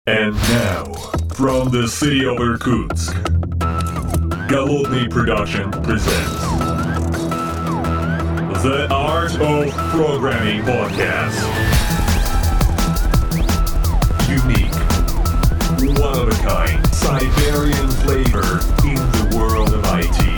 And now, from the city of Irkutsk, Голодный Production presents The Art of Programming Podcast. Unique, one-of-a-kind, Siberian flavor in the world of IT.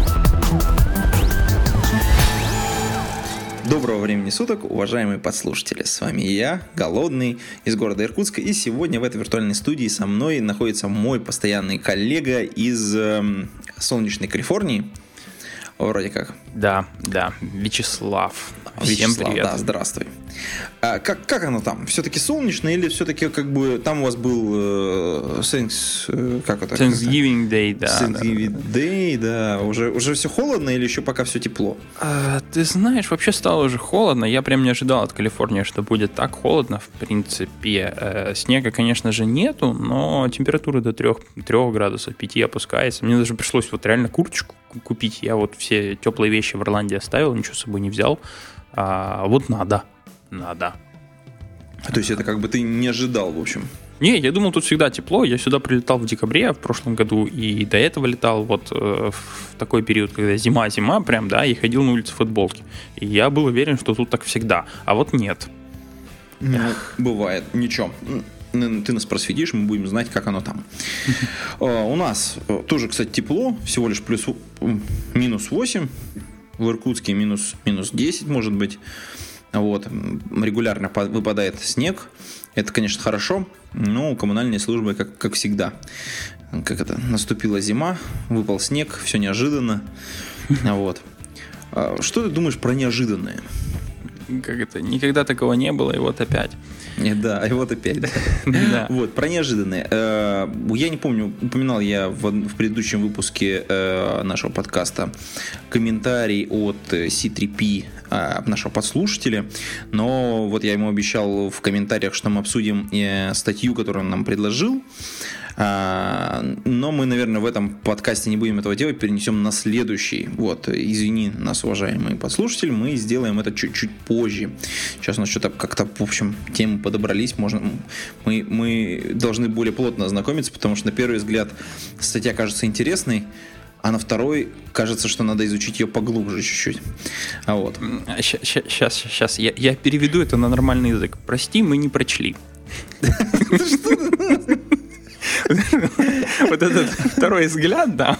Доброго времени суток, уважаемые подслушатели. С вами я, Голодный, из города Иркутска. И сегодня в этой виртуальной студии со мной находится мой постоянный коллега из солнечной Калифорнии. Вроде как. Да, Вячеслав. Всем привет. Да, здравствуй. Как оно там? Все-таки солнечно или все-таки как бы там у вас был Thanksgiving Day, да. Thanksgiving Day, да. Уже все холодно или еще пока все тепло? Ты знаешь, вообще стало уже холодно. Я прям не ожидал от Калифорнии, что будет так холодно, в принципе. Снега, конечно же, нету, но температура до 3 градусов 5 опускается. Мне даже пришлось вот реально курточку купить. Я вот все теплые вещи в Ирландии оставил, ничего с собой не взял. Вот надо. То есть это как бы ты не ожидал, в общем? Не, я думал, тут всегда тепло. Я сюда прилетал в декабре в прошлом году, и до этого летал вот в такой период, когда зима прям, да, и ходил на улице в футболке. И я был уверен, что тут так всегда. А вот нет. Бывает. Ничего. Ты нас просветишь, мы будем знать, как оно там. У нас тоже, кстати, тепло. Всего лишь минус 8. В Иркутске минус 10, может быть. Вот. Регулярно выпадает снег. Это, конечно, хорошо, но коммунальные службы, как всегда. Наступила зима, выпал снег, все неожиданно. Вот. Что ты думаешь про неожиданное? Никогда такого не было, и вот опять. Да, и вот опять. Да. Вот, про неожиданное. Я не помню, упоминал я в предыдущем выпуске нашего подкаста комментарий от C3P, нашего подслушателя, но вот я ему обещал в комментариях, что мы обсудим статью, которую он нам предложил. Но мы, наверное, в этом подкасте не будем этого делать, перенесем на следующий. Вот, извини нас, уважаемые подслушатели, мы сделаем это чуть-чуть позже. Сейчас у нас что-то как-то, в общем, темы подобрались. Мы должны более плотно ознакомиться, потому что на первый взгляд статья кажется интересной, а на второй кажется, что надо изучить ее поглубже чуть-чуть. Вот. Сейчас, я переведу это на нормальный язык. Прости, мы не прочли. Вот этот второй взгляд, да.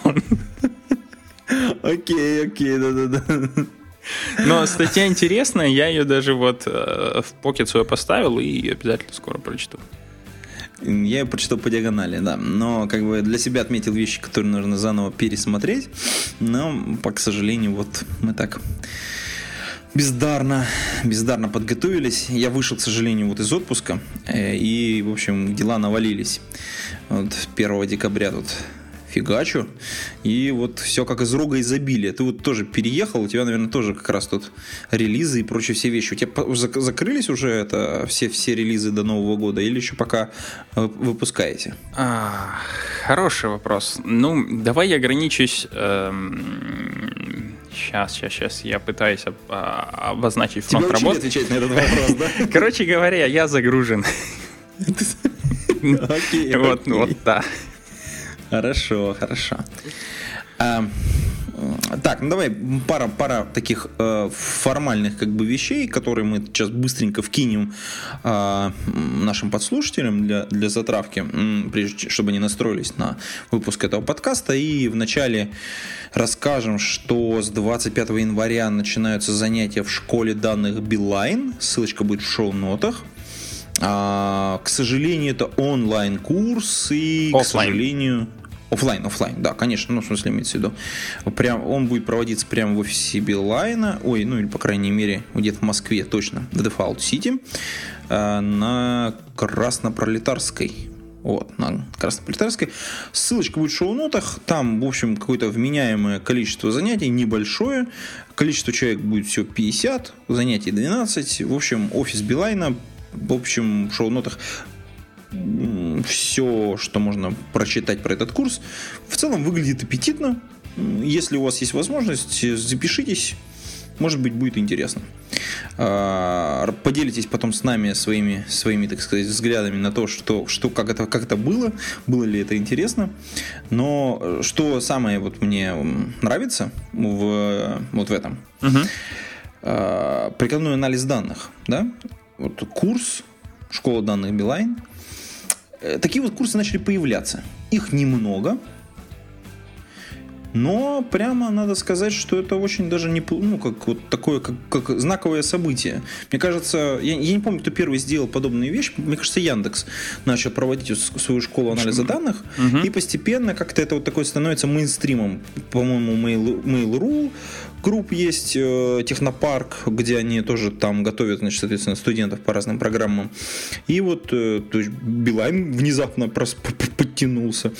Окей, да. Но статья интересная, я ее даже вот в покет свой поставил и обязательно скоро прочту. Я ее прочитал по диагонали, да. Но как бы для себя отметил вещи, которые нужно заново пересмотреть. Но, к сожалению, вот мы так бездарно подготовились. Я вышел, к сожалению, вот из отпуска. И, в общем, дела навалились. Вот 1 декабря тут фигачу. И вот все как из рога изобилия. Ты вот тоже переехал, у тебя, наверное, тоже как раз тут релизы и прочие все вещи. У тебя закрылись уже все релизы до Нового года или еще пока выпускаете? Хороший вопрос. Ну, давай я ограничусь... Сейчас, я пытаюсь обозначить фронт работы. Тебе отвечать на этот вопрос, да? Короче говоря, я загружен. Окей. Вот, да. Хорошо. Так, давай пара таких формальных как бы вещей, которые мы сейчас быстренько вкинем нашим подслушателям для затравки, прежде чтобы они настроились на выпуск этого подкаста. И вначале расскажем, что с 25 января начинаются занятия в школе данных Билайн. Ссылочка будет в шоу-нотах. К сожалению, это онлайн-курс и, к сожалению... Оффлайн, да, конечно, в смысле имеется в виду. Он будет проводиться прямо в офисе Билайна, или, по крайней мере, где-то в Москве, точно, в Default City, на Краснопролетарской. Вот, на Краснопролетарской. Ссылочка будет в шоу-нотах. Там, в общем, какое-то вменяемое количество занятий, небольшое. Количество человек будет всего 50, занятий 12. В общем, офис Билайна, в общем, в шоу-нотах все, что можно прочитать про этот курс. В целом выглядит аппетитно. Если у вас есть возможность, запишитесь. Может быть, будет интересно. Поделитесь потом с нами своими, так сказать, взглядами на то, как это было ли это интересно. Но что самое вот мне нравится вот в этом, прикладной анализ данных, да? Вот курс «Школа данных Билайн». Такие вот курсы начали появляться. Их немного, но прямо надо сказать, что это очень даже не, как вот такое, как знаковое событие. Мне кажется, я не помню, кто первый сделал подобную вещь. Мне кажется, Яндекс начал проводить свою школу анализа данных, и постепенно как-то это вот такое становится мейнстримом. По-моему, Mail.ru групп есть, Технопарк, где они тоже там готовят, значит, соответственно, студентов по разным программам. И вот, то есть, Билайн внезапно подтянулся.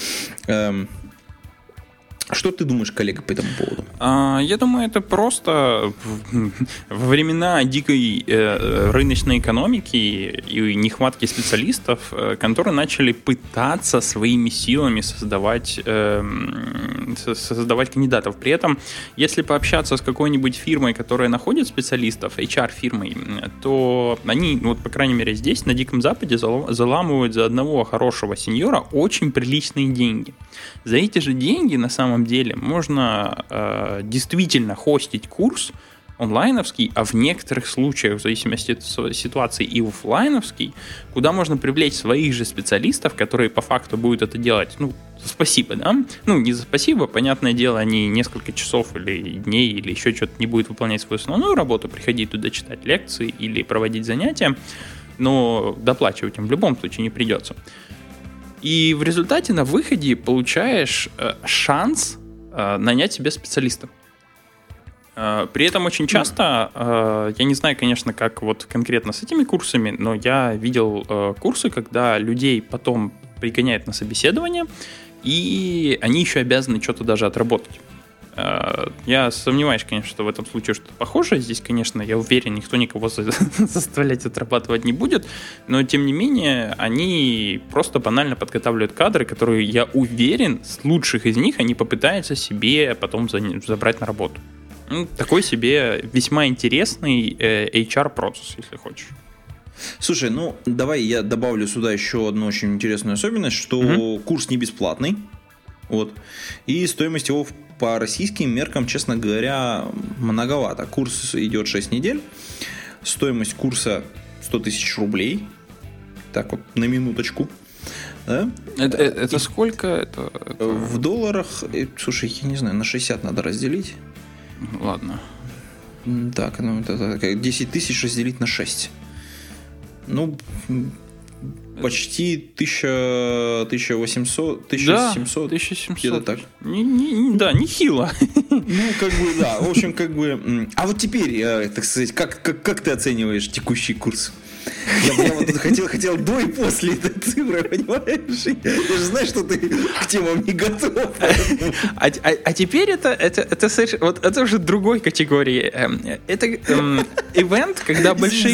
Что ты думаешь, коллега, по этому поводу? Я думаю, это просто во времена дикой рыночной экономики и нехватки специалистов, которые начали пытаться своими силами создавать кандидатов. При этом, если пообщаться с какой-нибудь фирмой, которая находит специалистов, HR-фирмой, то они, вот по крайней мере здесь, на Диком Западе, заламывают за одного хорошего сеньора очень приличные деньги. За эти же деньги, на самом деле, можно действительно хостить курс онлайновский, а в некоторых случаях, в зависимости от ситуации, и офлайновский, куда можно привлечь своих же специалистов, которые по факту будут это делать, за спасибо, да? Не за спасибо, понятное дело, они несколько часов или дней, или еще что-то не будут выполнять свою основную работу, приходить туда читать лекции или проводить занятия, но доплачивать им в любом случае не придется. И в результате на выходе получаешь шанс нанять себе специалиста. При этом очень часто, я не знаю, конечно, как вот конкретно с этими курсами, но я видел курсы, когда людей потом пригоняют на собеседование, и они еще обязаны что-то даже отработать. Я сомневаюсь, конечно, что в этом случае что-то похожее. Здесь, конечно, я уверен, никто никого заставлять отрабатывать не будет, но, тем не менее, они просто банально подготавливают кадры, которые, я уверен, с лучших из них они попытаются себе потом забрать на работу. Такой себе весьма интересный HR-процесс, если хочешь. Слушай, давай я добавлю сюда еще одну очень интересную особенность, что курс не бесплатный, вот, и стоимость его по российским меркам, честно говоря, многовато. Курс идет 6 недель, стоимость курса 100 тысяч рублей, так вот, на минуточку. Да? Это сколько? Это... В долларах, слушай, я не знаю, на 60 надо разделить. Ладно. Так, это 10 тысяч разделить на 6. Почти 1800, 1700. 1700. Где-то так. Да, нехило. Да. В общем, А вот теперь, так сказать, как ты оцениваешь текущий курс? Я вот тут хотел до и после этой цифры, понимаешь? Я же знаю, что ты к темам не готов. А теперь это уже другой категории. Это ивент, когда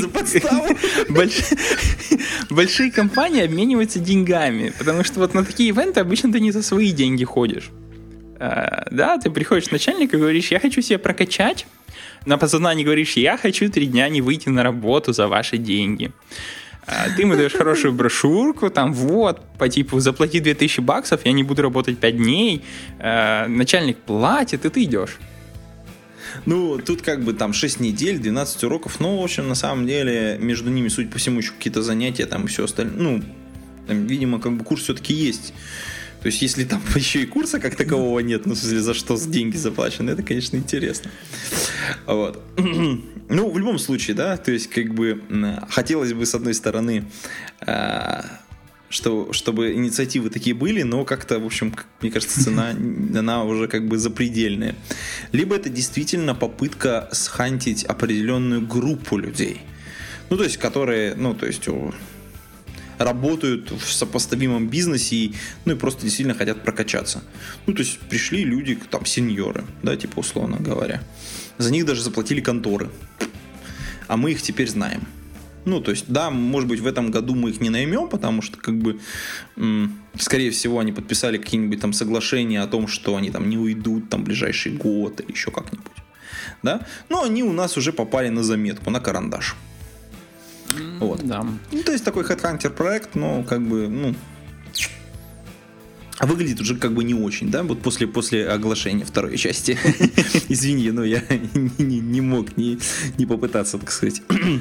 большие компании обмениваются деньгами. Потому что вот на такие ивенты обычно ты не за свои деньги ходишь. Да, ты приходишь к начальнику и говоришь, я хочу себя прокачать. На подсознании говоришь, я хочу 3 дня не выйти на работу за ваши деньги. Ты ему даешь хорошую брошюрку, там вот, по типу, заплати $2000, я не буду работать 5 дней, начальник платит, и ты идешь. Тут там 6 недель, 12 уроков, в общем, на самом деле, между ними, судя по всему, еще какие-то занятия, там и все остальное, видимо, курс все-таки есть. То есть, если там еще и курса как такового нет, в смысле, за что деньги заплачены, это, конечно, интересно. Вот. В любом случае, да, то есть, хотелось бы, с одной стороны, чтобы инициативы такие были, но как-то, в общем, мне кажется, цена, она уже запредельная. Либо это действительно попытка схантить определенную группу людей. То есть, которые, работают в сопоставимом бизнесе и просто действительно хотят прокачаться. То есть пришли люди, сеньоры, да, условно говоря. За них даже заплатили конторы. А мы их теперь знаем. То есть, да, может быть, в этом году мы их не наймем, потому что, скорее всего, они подписали какие-нибудь соглашения о том, что они не уйдут в ближайший год или еще как-нибудь. да, но они у нас уже попали на заметку, на карандаш. Вот. Да. Ну, то есть такой HeadHunter проект, но как бы, ну, выглядит уже как бы не очень, да, вот после оглашения второй части. Извини, но я не мог не попытаться, так сказать.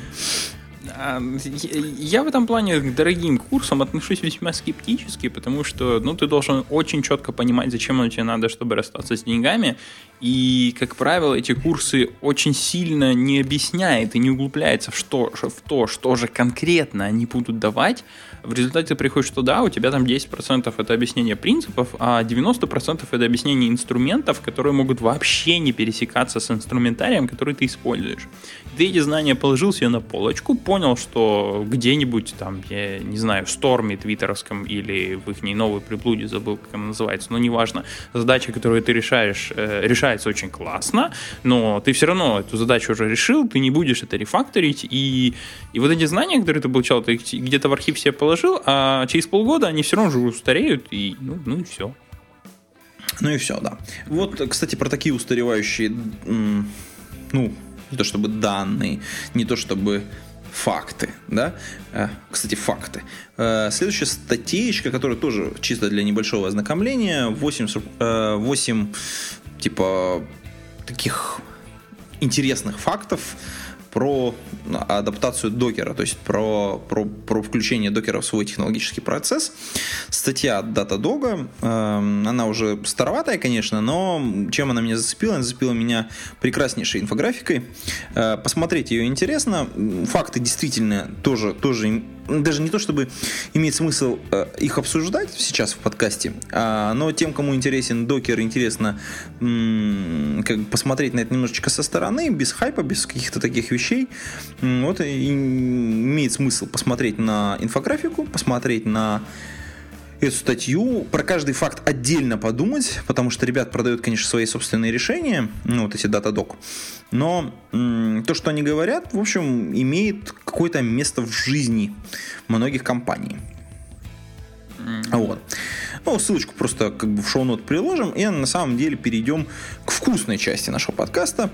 Я в этом плане к дорогим курсам отношусь весьма скептически, потому что, ну, ты должен очень четко понимать, зачем оно тебе надо, чтобы расстаться с деньгами. И, как правило, эти курсы очень сильно не объясняют и не углубляются в то, что же конкретно они будут давать. В результате ты приходишь туда, у тебя там 10% это объяснение принципов, а 90% это объяснение инструментов, которые могут вообще не пересекаться с инструментарием, который ты используешь. Ты эти знания положил себе на полочку, понял, что где-нибудь там, я не знаю, в Сторме твиттеровском или в их новой приблуде, забыл, как она называется, но неважно, задача, которую ты решаешь, решается очень классно, но ты все равно эту задачу уже решил, ты не будешь это рефакторить, и вот эти знания, которые ты получал, ты их где-то в архив себе положил, а через полгода они все равно уже устареют, и ну и все. Ну и все, да. Вот, кстати, про такие устаревающие, ну, не то чтобы данные, не то чтобы факты, да? Кстати, факты. Следующая статейка, которая тоже чисто для небольшого ознакомления, 8 типа таких интересных фактов про адаптацию докера, то есть про включение докера в свой технологический процесс. Статья от Datadog, она уже староватая, конечно, но чем она меня зацепила? Она зацепила меня прекраснейшей инфографикой. Посмотреть ее интересно. Факты действительно тоже даже не то, чтобы имеет смысл их обсуждать сейчас в подкасте, но тем, кому интересен докер, интересно как бы посмотреть на это немножечко со стороны, без хайпа, без каких-то таких вещей. Вот и имеет смысл посмотреть на инфографику, посмотреть на эту статью, про каждый факт отдельно подумать, потому что ребят продают, конечно, свои собственные решения, ну, вот эти Datadog, но то, что они говорят, в общем, имеет какое-то место в жизни многих компаний. Вот. Ну, ссылочку просто как бы в шоу-нот приложим, и на самом деле перейдем к вкусной части нашего подкаста.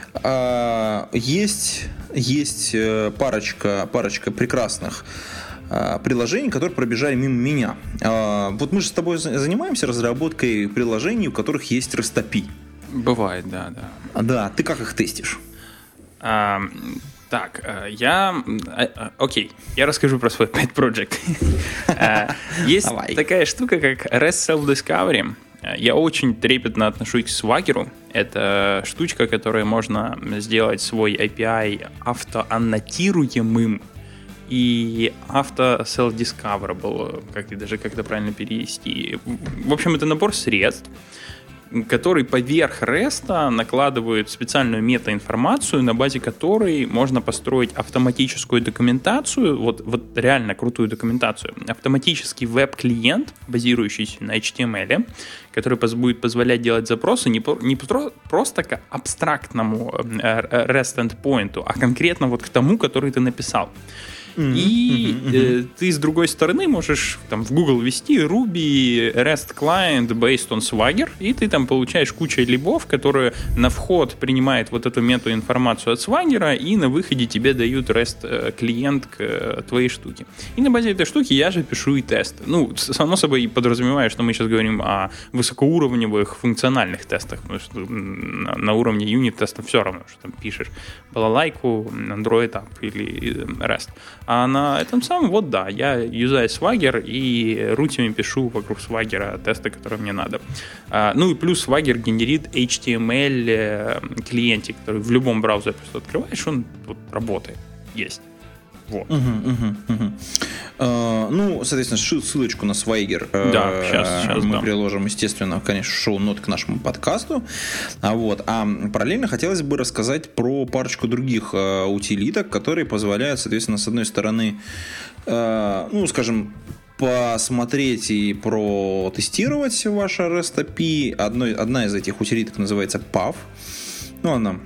Есть парочка прекрасных приложений, которые пробежали мимо меня. Вот мы же с тобой занимаемся разработкой приложений, у которых есть REST API. Бывает, да. Да, ты как их тестишь? Так, окей, я расскажу про свой pet project. Есть такая штука, как REST Self-Discovery. Я очень трепетно отношусь к Swagger. Это штучка, которой можно сделать свой API автоаннотируемым и auto-self-discoverable, как это правильно перевести. В общем, это набор средств, который поверх REST накладывает специальную метаинформацию, на базе которой можно построить автоматическую документацию, вот реально крутую документацию, автоматический веб-клиент, базирующийся на HTML, который будет позволять делать запросы не просто к абстрактному REST endpoint, а конкретно вот к тому, который ты написал. Ты с другой стороны можешь там в Google ввести Ruby REST Client based on Swagger, и ты там получаешь кучу либов, которые на вход принимают вот эту метаинформацию от Swagger, и на выходе тебе дают REST клиент к твоей штуке. И на базе этой штуки я же пишу и тесты. Ну, само собой подразумеваю, что мы сейчас говорим о высокоуровневых функциональных тестах, потому что на уровне юнит-тестов все равно, что там пишешь балалайку, Android App или REST. А на этом самом, вот да, я юзаю Swagger и рутями пишу вокруг Swagger тесты, которые мне надо. Ну и плюс Swagger генерит HTML клиентик, который в любом браузере просто открываешь, он вот работает, есть. Вот. Ну, соответственно, ссылочку на Swagger сейчас мы приложим, естественно, конечно, шоу-нот к нашему подкасту. А параллельно хотелось бы рассказать про парочку других утилиток, которые позволяют, соответственно, с одной стороны, ну, скажем, посмотреть и протестировать ваше REST API. Одна из этих утилиток называется PAV. Ну,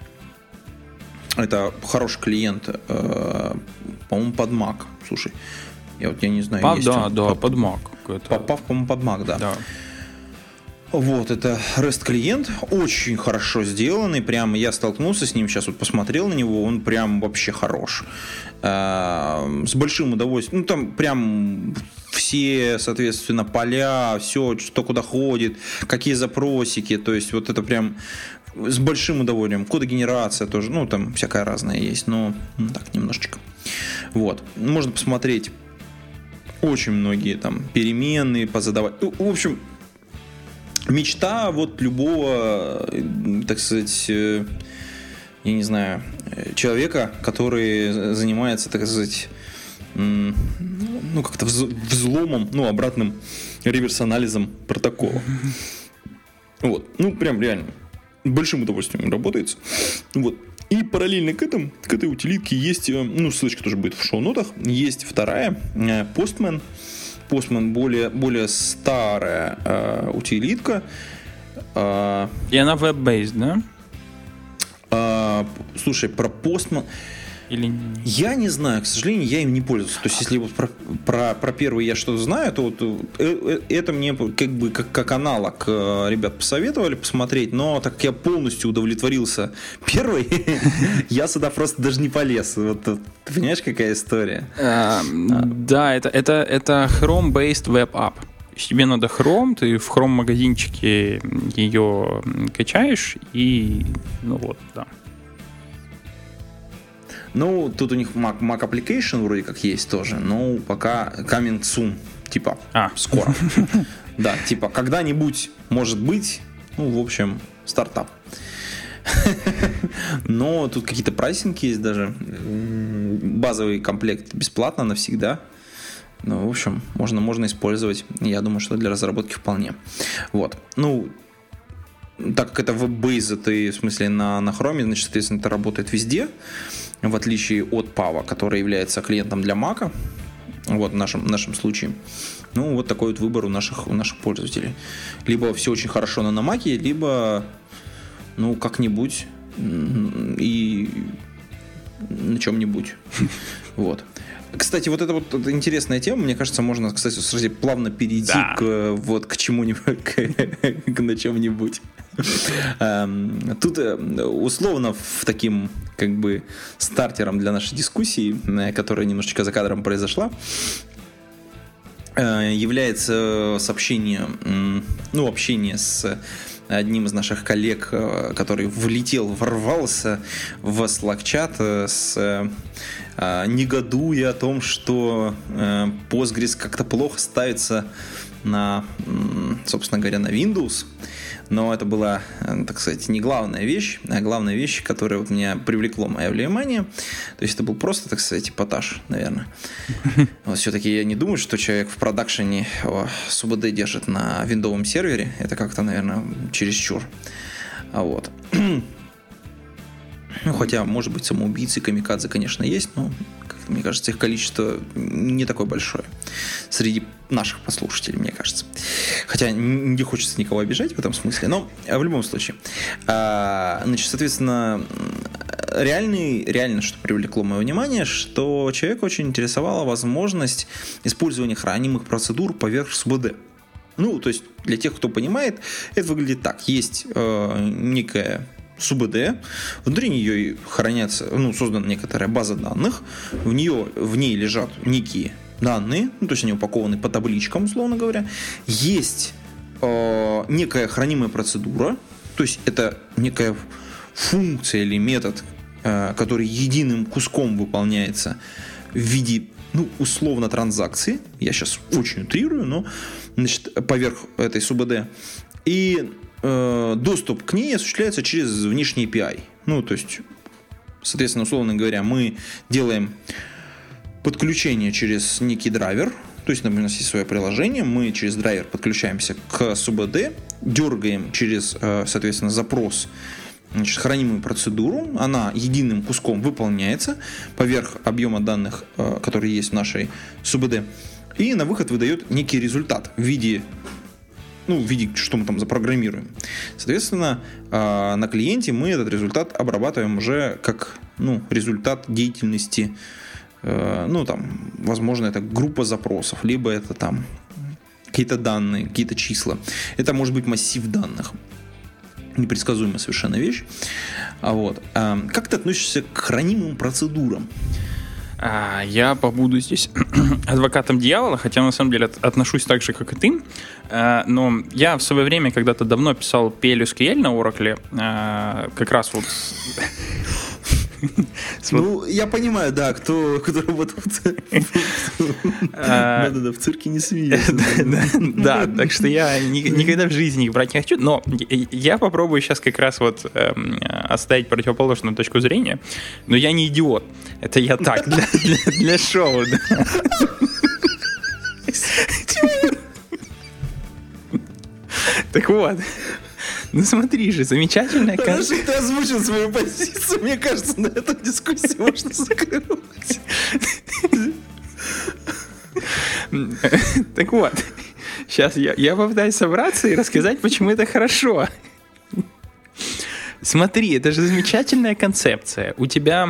это хороший клиент, по-моему, под Mac. Слушай, я не знаю, PAV, есть да, под Mac. PAV, по-моему, под Mac, да. Вот, это REST-клиент, очень хорошо сделанный, прям я столкнулся с ним, сейчас вот посмотрел на него, он прям вообще хорош. С большим удовольствием, ну там прям все, соответственно, поля, все, что куда ходит, какие запросики, то есть вот это прям с большим удовольствием. Кодогенерация тоже, ну там всякое разное есть, но так немножечко. Вот, можно посмотреть очень многие там переменные позадавать, в общем... Мечта вот любого, так сказать, я не знаю, человека, который занимается, так сказать, ну как-то взломом, ну обратным реверс-анализом протокола. Вот, ну прям реально большим удовольствием работается. Вот. И параллельно к этой утилитке есть, ну ссылочка тоже будет в шоу-нотах, есть вторая, Postman. Postman более старая утилитка. И она web-based, да? Слушай, про Postman... Или... Я не знаю, к сожалению, я им не пользовался. То есть, если вот про первый я что-то знаю, то вот это мне как бы как аналог ребят посоветовали посмотреть, но так как я полностью удовлетворился первой, я сюда просто даже не полез. Вот, ты понимаешь, какая история? Да, это Chrome-based web app. Тебе надо Chrome, ты в Chrome-магазинчике ее качаешь, и ну вот, да. Ну, тут у них Mac Application вроде как есть тоже, но пока coming soon, типа скоро. Да, типа когда-нибудь, может быть, ну, в общем, стартап. Но тут какие-то прайсинги есть даже. Базовый комплект бесплатно навсегда. Ну, в общем, можно использовать. Я думаю, что для разработки вполне. Вот. Ну, так как это веб-бейз, ты, в смысле, на Chrome, значит, соответственно, это работает везде, в отличие от Pava, который является клиентом для Mac, вот в нашем случае. Ну, вот такой вот выбор у наших пользователей. Либо все очень хорошо на Mac, либо, ну, как-нибудь и на чем-нибудь. Вот. Кстати, вот это интересная тема. Мне кажется, можно, кстати, сразу плавно перейти к чему-нибудь, на чем-нибудь. Тут условно в таким как бы стартером для нашей дискуссии, которая немножечко за кадром произошла, является общение с одним из наших коллег, который ворвался в Slack-чат негодуя о том, что Postgres как-то плохо ставится на, собственно говоря, на Windows. Но это была, так сказать, не главная вещь, а главная вещь, которая вот меня привлекло мое внимание. То есть это был просто, так сказать, эпатаж, наверное. Вот все-таки я не думаю, что человек в продакшене СУБД держит на виндовом сервере. Это как-то, наверное, чересчур. Вот. Ну, хотя, может быть, самоубийцы, камикадзе, конечно, есть, но, как-то, мне кажется, их количество не такое большое среди наших послушателей, мне кажется. Хотя не хочется никого обижать в этом смысле, но в любом случае. Значит, соответственно, реально, что привлекло мое внимание, что человека очень интересовала возможность использования хранимых процедур поверх СУБД. Ну, то есть, для тех, кто понимает, это выглядит так. Есть некая СУБД, внутри нее хранятся, создана некоторая база данных, в ней лежат некие данные, то есть они упакованы по табличкам, условно говоря. Есть некая хранимая процедура, то есть это некая функция или метод, который единым куском выполняется в виде, условно, транзакции. Я сейчас очень утрирую, но, значит, поверх этой СУБД. И доступ к ней осуществляется через внешний API. То есть, соответственно, условно говоря, мы делаем подключение через некий драйвер. То есть, например, у нас есть свое приложение, мы через драйвер подключаемся к СУБД, дергаем через, соответственно, запрос, значит, хранимую процедуру, она единым куском выполняется поверх объема данных, которые есть в нашей СУБД, и на выход выдает некий результат в виде, что мы там запрограммируем. Соответственно, на клиенте мы этот результат обрабатываем уже как, результат деятельности, возможно, это группа запросов, либо это там какие-то данные, какие-то числа. Это может быть массив данных. Непредсказуемая совершенно вещь. Как ты относишься к хранимым процедурам? Я побуду здесь адвокатом дьявола, хотя на самом деле отношусь так же, как и ты. Но я в свое время когда-то давно писал PL/SQL на Oracle, как раз вот... Ну, я понимаю, да, кто работал в цирке не смеется. Да, так что я никогда в жизни их брать не хочу, но я попробую сейчас как раз вот оставить противоположную точку зрения, но я не идиот, это я так, для шоу. Так вот. Ну смотри же, замечательная концепция. Хорошо, ты озвучил свою позицию. Мне кажется, на эту дискуссию можно закрывать. Так вот, сейчас я попытаюсь собраться и рассказать, почему это хорошо. Смотри, это же замечательная концепция. У тебя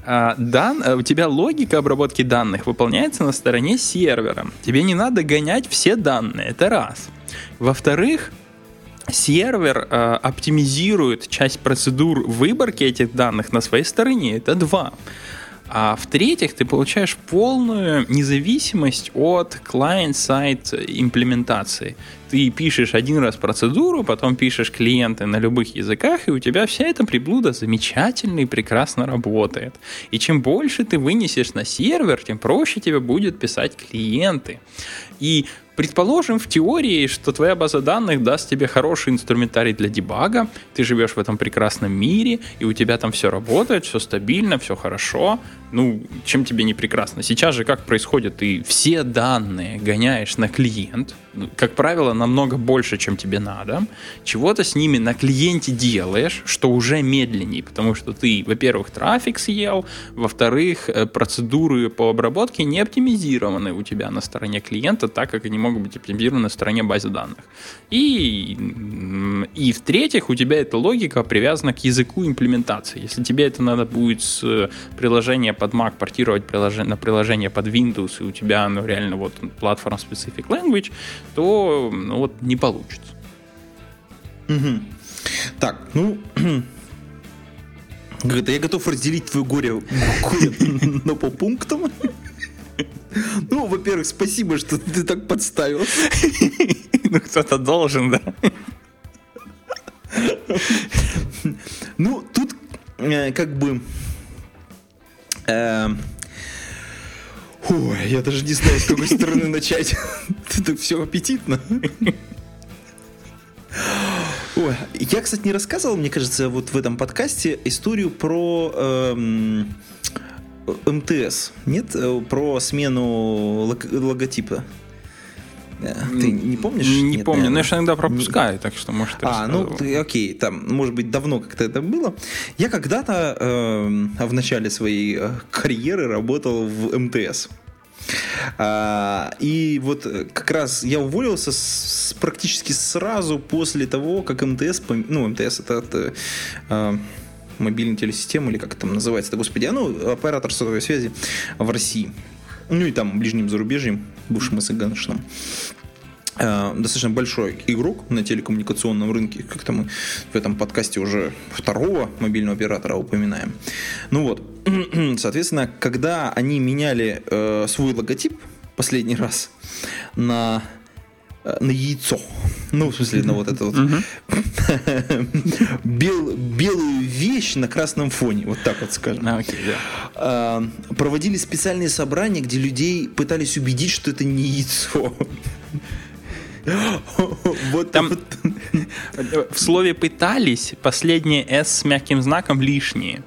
логика обработки данных выполняется на стороне сервера. Тебе не надо гонять все данные, это раз. Во-вторых, сервер оптимизирует часть процедур выборки этих данных на своей стороне, это два. А в-третьих, ты получаешь полную независимость от client-side имплементации. Ты пишешь один раз процедуру, потом пишешь клиенты на любых языках, и у тебя вся эта приблуда замечательно и прекрасно работает. И чем больше ты вынесешь на сервер, тем проще тебе будет писать клиенты. И предположим, в теории, что твоя база данных даст тебе хороший инструментарий для дебага, ты живешь в этом прекрасном мире, и у тебя там все работает, все стабильно, все хорошо. Ну, чем тебе не прекрасно? Сейчас же как происходит? Ты все данные гоняешь на клиент, как правило, намного больше, чем тебе надо. Чего-то с ними на клиенте делаешь, что уже медленнее, потому что ты, во-первых, трафик съел, во-вторых, процедуры по обработке не оптимизированы у тебя на стороне клиента, так как они могут быть оптимизированы на стороне базы данных. И в-третьих, у тебя эта логика привязана к языку имплементации. Если тебе это надо будет с приложения под Mac портировать на приложение под Windows, и у тебя оно реально вот platform specific language, то вот не получится. Угу. Так, я готов разделить твое горе но по пунктам. Ну, во-первых, спасибо, что ты так подставился. Ну, кто-то должен, да. Ну, тут как бы... я даже не знаю, с какой стороны начать. Так все аппетитно. Я, кстати, не рассказывал, мне кажется, вот в этом подкасте историю про МТС. Нет? Про смену логотипа. Ты не помнишь? Не помню, но я же иногда пропускаю, так что, может, окей, там, может быть, давно как-то это было. Я когда-то в начале своей карьеры работал в МТС. И вот как раз я уволился практически сразу после того, как МТС, МТС это мобильная телесистема, или как это там называется, господи, оператор сотовой связи в России. Ну и там, в ближнем зарубежье, бывшем СНГ-шном. Достаточно большой игрок на телекоммуникационном рынке. Как-то мы в этом подкасте уже второго мобильного оператора упоминаем. Ну вот, соответственно, когда они меняли свой логотип последний раз на яйцо, ну, в смысле, на вот это вот белую вещь на красном фоне, вот так вот скажем. Проводили специальные собрания, где людей пытались убедить, что это не яйцо. Вот там в слове «пытались» последнее «с» с мягким знаком лишнее.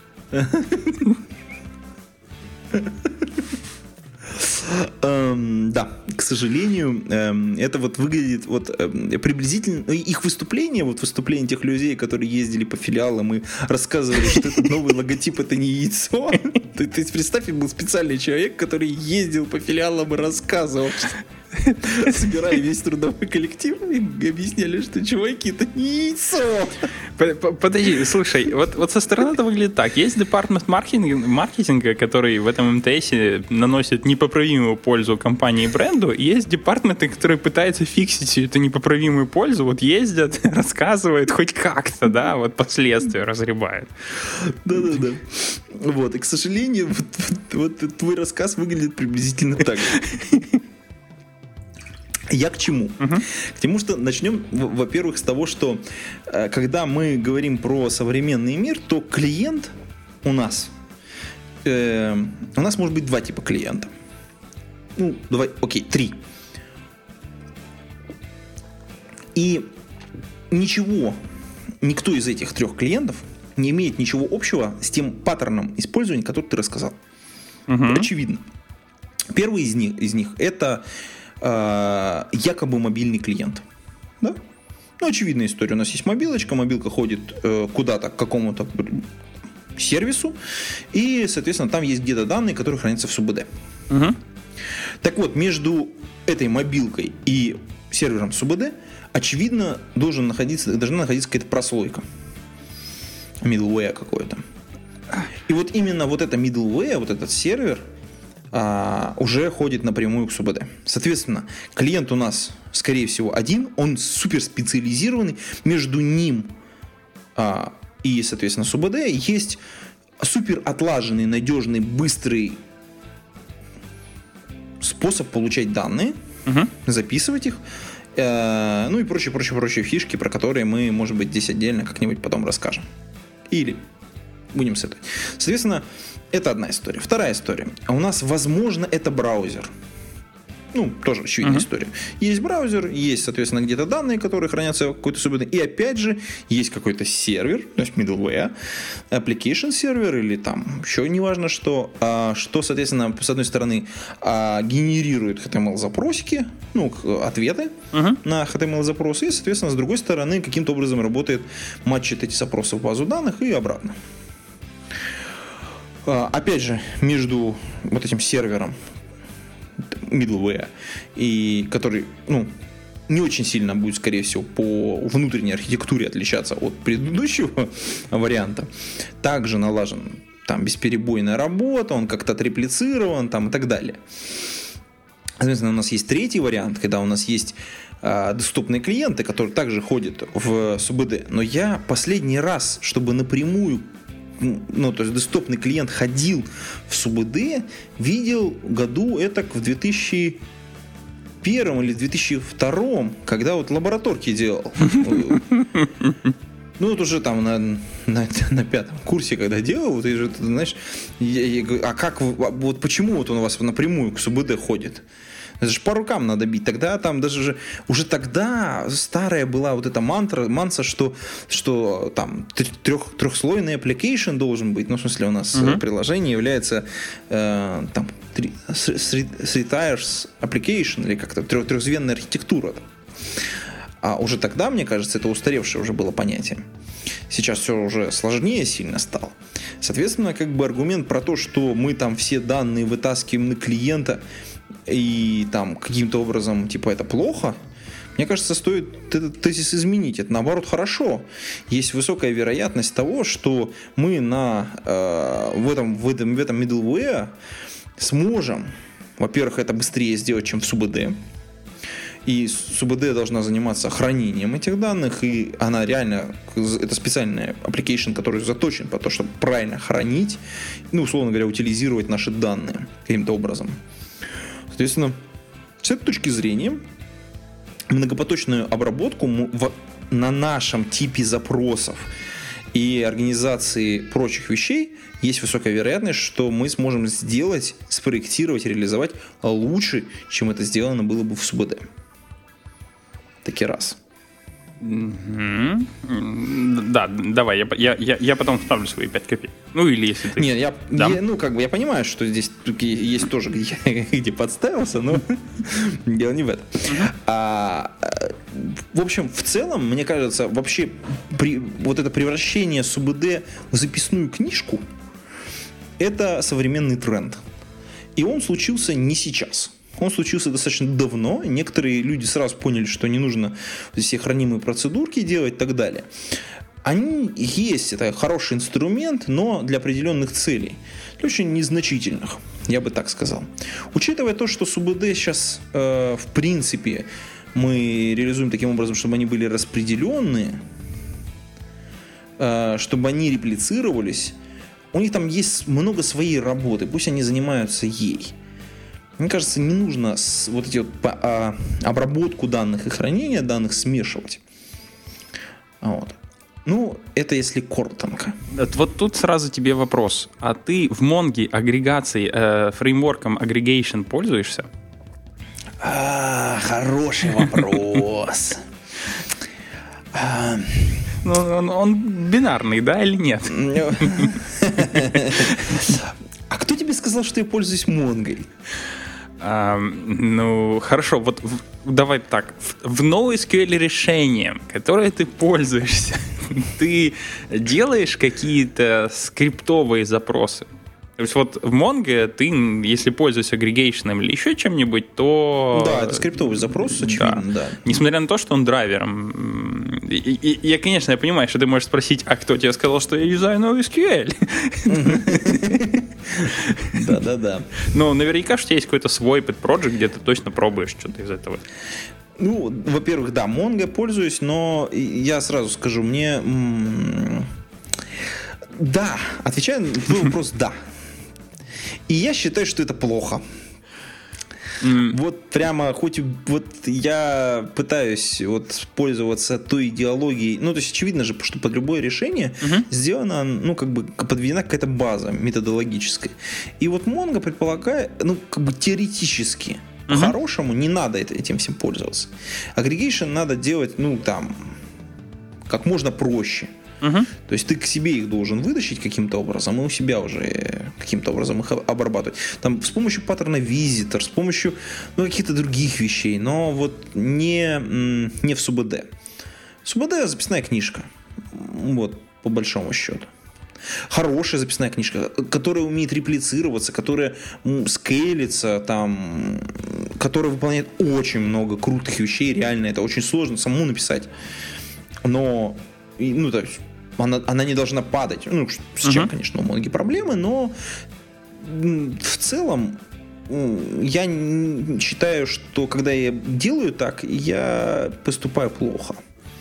Да, к сожалению, это вот выглядит вот приблизительно их выступление, вот выступление тех людей, которые ездили по филиалам и рассказывали, что этот новый логотип это не яйцо. Ты представь, был специальный человек, который ездил по филиалам и рассказывал. собирали весь трудовой коллектив и объясняли, что чуваки, это не яйцо. Подожди, слушай, вот со стороны это выглядит так. Есть департамент маркетинга, который в этом МТСе наносит непоправимую пользу компании и бренду, и есть департаменты, которые пытаются фиксить эту непоправимую пользу, вот ездят, рассказывают хоть как-то, да, вот последствия разгребают. Да-да-да. Вот, и, к сожалению, вот твой рассказ выглядит приблизительно так же. Я к чему? К тому, что начнем, во-первых, с того, что когда мы говорим про современный мир, то клиент у нас может быть два типа клиента. Ну, давай, окей, 3. И никто из этих 3 клиентов не имеет ничего общего с тем паттерном использования, который ты рассказал. Очевидно. Первый из них это якобы мобильный клиент. Да? Ну, очевидная история. У нас есть мобилка ходит куда-то к какому-то сервису, и, соответственно, там есть где-то данные, которые хранятся в СУБД. Так вот, между этой мобилкой и сервером СУБД, очевидно, должна находиться какая-то прослойка. Middleware какой-то. И вот именно вот это middleware, вот этот сервер, уже ходит напрямую к СУБД. Соответственно, клиент у нас, скорее всего, один, он суперспециализированный. Между ним и, соответственно, СУБД есть супер отлаженный, надежный, быстрый способ получать данные, записывать их, ну и прочие фишки, про которые мы, может быть, здесь отдельно как-нибудь потом расскажем. Или будем с этой. Соответственно, это одна история. Вторая история. У нас, возможно, это браузер. Ну, тоже очевидная история. Есть браузер, есть, соответственно, где-то данные, которые хранятся в какой-то СУБД. И опять же, есть какой-то сервер, то есть middleware, application сервер или там еще неважно что, соответственно, с одной стороны, генерирует HTML-запросики, ну, ответы на HTML-запросы, и, соответственно, с другой стороны, каким-то образом работает, матчит эти запросы в базу данных и обратно. Опять же, между вот этим сервером middleware, и который, ну, не очень сильно будет, скорее всего, по внутренней архитектуре отличаться от предыдущего варианта, также налажен там бесперебойная работа, он как-то триплицирован там, и так далее. Соответственно, у нас есть третий вариант, когда у нас есть доступные клиенты, которые также ходят в СУБД. Но я последний раз, чтобы напрямую, ну, то есть десктопный клиент ходил в СУБД, видел году это в 2001 или 2002, когда вот лабораторки делал. Ну, вот уже там на 5-м курсе, когда делал, ты же, знаешь, а как, вот почему вот он у вас напрямую к СУБД ходит? Это же по рукам надо бить. Тогда там даже уже тогда старая была вот эта манса, что там трехслойный application должен быть. Ну, в смысле, у нас приложение является там three tiers application, или как-то трехзвенная архитектура. А уже тогда, мне кажется, это устаревшее уже было понятие. Сейчас все уже сложнее сильно стало. Соответственно, как бы аргумент про то, что мы там все данные вытаскиваем на клиента и там каким-то образом типа это плохо, мне кажется, стоит этот тезис изменить. Это наоборот хорошо. Есть высокая вероятность того, что мы в этом middleware сможем, во-первых, это быстрее сделать, чем в СУБД. И СУБД должна заниматься хранением этих данных, и она реально, это специальный application, который заточен по тому, чтобы правильно хранить, ну, условно говоря, утилизировать наши данные каким-то образом. Соответственно, с этой точки зрения, многопоточную обработку на нашем типе запросов и организации прочих вещей есть высокая вероятность, что мы сможем сделать, спроектировать и реализовать лучше, чем это сделано было бы в СУБД. Таки раз. Да, давай, я потом вставлю свои 5 копеек. Ну, или если ты... Нет, я понимаю, что здесь есть тоже, где подставился, но дело не в этом. В общем, в целом, мне кажется, вообще вот это превращение СУБД в записную книжку — это современный тренд. И он случился не сейчас. он случился достаточно давно. Некоторые люди сразу поняли, что не нужно все хранимые процедурки делать и так далее. Они есть, это хороший инструмент, но для определенных целей, для очень незначительных, я бы так сказал. Учитывая то, что СУБД сейчас, в принципе, мы реализуем таким образом, чтобы они были распределенные, чтобы они реплицировались, у них там есть много своей работы, пусть они занимаются ей. Мне кажется, не нужно вот эти вот обработку данных и хранение данных смешивать. Вот. Ну, это если коротко. Вот тут сразу тебе вопрос. А ты в Mongo агрегацией, фреймворком aggregation пользуешься? Хороший вопрос. Ну, он бинарный, да, или нет? А кто тебе сказал, что я пользуюсь Mongo? Ну, хорошо, вот давай так. В NoSQL решении, которое ты пользуешься, ты делаешь какие-то скриптовые запросы? То есть вот в Mongo ты, если пользуешься агрегейшеном или еще чем-нибудь, то... Да, это скриптовый запрос, очевидно, да. Несмотря на то, что он драйвером. Я, конечно, я понимаю, что ты можешь спросить, а кто тебе сказал, что я юзаю NoSQL? Да. Ну, наверняка, что есть какой-то свой pet project, где ты точно пробуешь что-то из этого. Ну, во-первых, да, Mongo пользуюсь, но я сразу скажу, мне... Да, отвечаю на твой вопрос, да. И я считаю, что это плохо. Вот прямо, хоть вот я пытаюсь вот пользоваться той идеологией, ну, то есть очевидно же, что под любое решение сделана, ну, как бы подведена какая-то база методологическая. И вот Mongo предполагает, ну, как бы теоретически, по-хорошему не надо этим всем пользоваться. Aggregation надо делать, ну, там, как можно проще. То есть ты к себе их должен вытащить каким-то образом, и у себя уже каким-то образом их обрабатывать. Там с помощью паттерна visitor, с помощью каких-то других вещей, но вот не в СУБД. СУБД записная книжка. Вот, по большому счету. Хорошая записная книжка, которая умеет реплицироваться, которая скейлится, там, которая выполняет очень много крутых вещей. Реально, это очень сложно самому написать. Но, ну, то есть, она не должна падать. Ну, с чем, конечно, у Mongo проблемы, но в целом я считаю, что когда я делаю так, я поступаю плохо.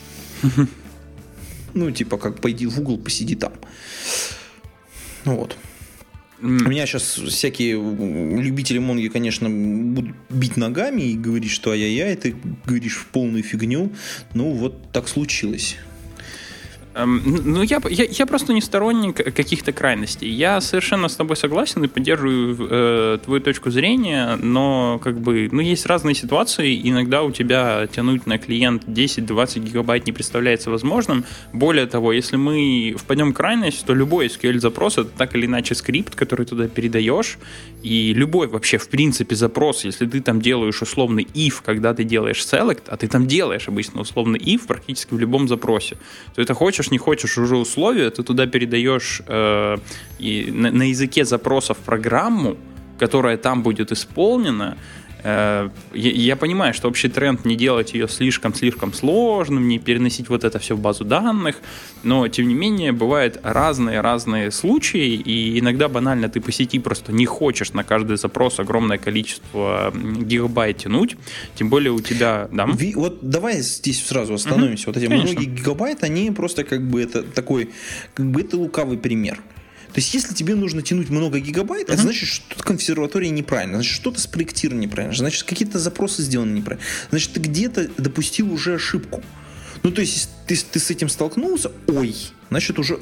Ну, типа, как пойди в угол, посиди там. Ну вот. Меня сейчас всякие любители Mongo, конечно, будут бить ногами и говорить, что ай-яй-яй, ты говоришь в полную фигню. Ну, вот так случилось. Ну, я просто не сторонник каких-то крайностей. Я совершенно с тобой согласен и поддерживаю твою точку зрения, но как бы, ну, есть разные ситуации. Иногда у тебя тянуть на клиент 10-20 гигабайт не представляется возможным. Более того, если мы впадем в крайность, то любой SQL-запрос — это так или иначе скрипт, который туда передаешь. И любой вообще, в принципе, запрос, если ты там делаешь условный if, когда ты делаешь select, а ты там делаешь обычно условный if практически в любом запросе, то это хочешь, не хочешь уже условия, ты туда передаешь на языке запросов программу, которая там будет исполнена. Я понимаю, что общий тренд не делать ее слишком сложным, не переносить вот это все в базу данных, но, тем не менее, бывают разные случаи, и иногда банально ты по сети просто не хочешь на каждый запрос огромное количество гигабайт тянуть, тем более у тебя... Да? Вот давай здесь сразу остановимся. Вот эти многие гигабайты, они просто как бы это такой, как бы это лукавый пример. То есть, если тебе нужно тянуть много гигабайт, это значит, что что-то конферватория неправильно, значит, что-то спроектировано неправильно, значит, какие-то запросы сделаны неправильно, значит, ты где-то допустил уже ошибку. Ну, то есть, ты с этим столкнулся, значит, уже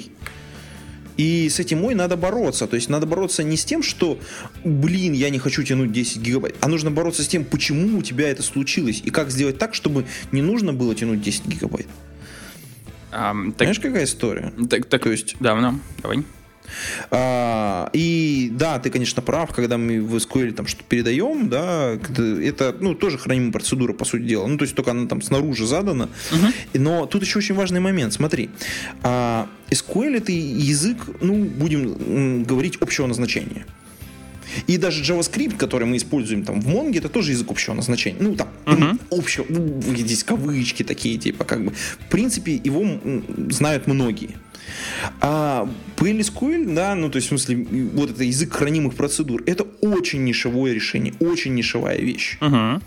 И с этим надо бороться. То есть, надо бороться не с тем, что, я не хочу тянуть 10 гигабайт, а нужно бороться с тем, почему у тебя это случилось, и как сделать так, чтобы не нужно было тянуть 10 гигабайт. Знаешь, какая история? То есть... Да, давай. И да, ты, конечно, прав, когда мы в SQL там что-то передаем, да, это, тоже хранимая процедура, по сути дела. Ну, то есть только она там снаружи задана. Но тут еще очень важный момент. Смотри, SQL — это язык, будем говорить, общего назначения. И даже JavaScript, который мы используем там в Mongo, это тоже язык общего назначения. Ну, там, общего, здесь кавычки такие, типа, как бы. В принципе, его знают многие. А PLSQL, да, ну, то есть, в смысле, вот это язык хранимых процедур, это очень нишевое решение, очень нишевая вещь.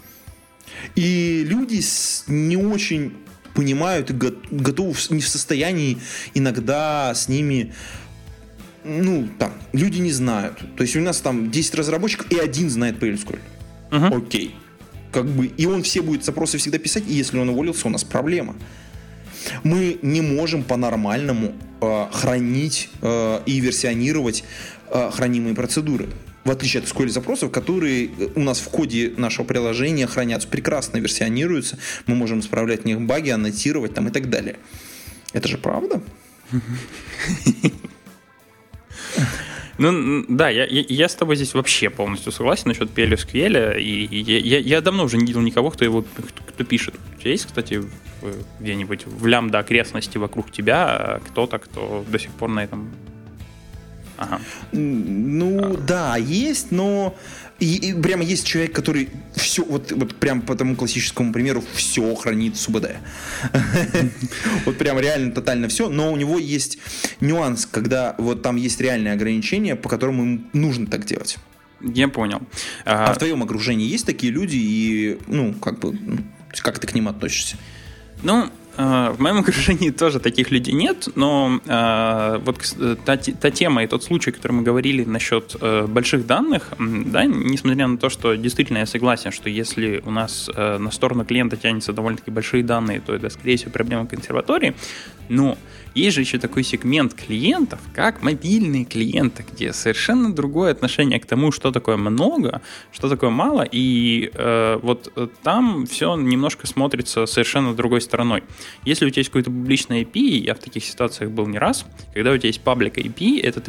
И люди не очень понимают и готовы, не в состоянии иногда с ними, ну, там, люди не знают. То есть у нас там 10 разработчиков, и один знает PLSQL. Окей. Как бы, и он все будет запросы всегда писать, и если он уволился, у нас проблема. Мы не можем по-нормальному хранить и версионировать хранимые процедуры. В отличие от SQL-запросов, которые у нас в коде нашего приложения хранятся, прекрасно версионируются, мы можем исправлять в них баги, аннотировать там и так далее. Это же правда? Ну, да, я с тобой здесь вообще полностью согласен насчет PLSQL, и я давно уже не видел никого, кто пишет. У тебя есть, кстати, где-нибудь в лямбда окрестности вокруг тебя кто-то, кто до сих пор на этом... Ага. Ну, да, есть, но и прямо есть человек, который все, вот прям по тому классическому примеру, все хранит с СУБД. Вот прям реально тотально все, но у него есть нюанс, когда вот там есть реальные ограничения, по которым им нужно так делать. Я понял. А в твоем окружении есть такие люди, и, ну, как бы, как ты к ним относишься? Ну, в моем окружении тоже таких людей нет, но вот та тема и тот случай, который мы говорили насчет больших данных, да, несмотря на то, что действительно я согласен, что если у нас на сторону клиента тянутся довольно-таки большие данные, то это, скорее всего, проблема консерватории, но есть же еще такой сегмент клиентов, как мобильные клиенты, где совершенно другое отношение к тому, что такое много, что такое мало, и вот там все немножко смотрится совершенно другой стороной. Если у тебя есть какой-то публичный API, я в таких ситуациях был не раз, когда у тебя есть public API, этот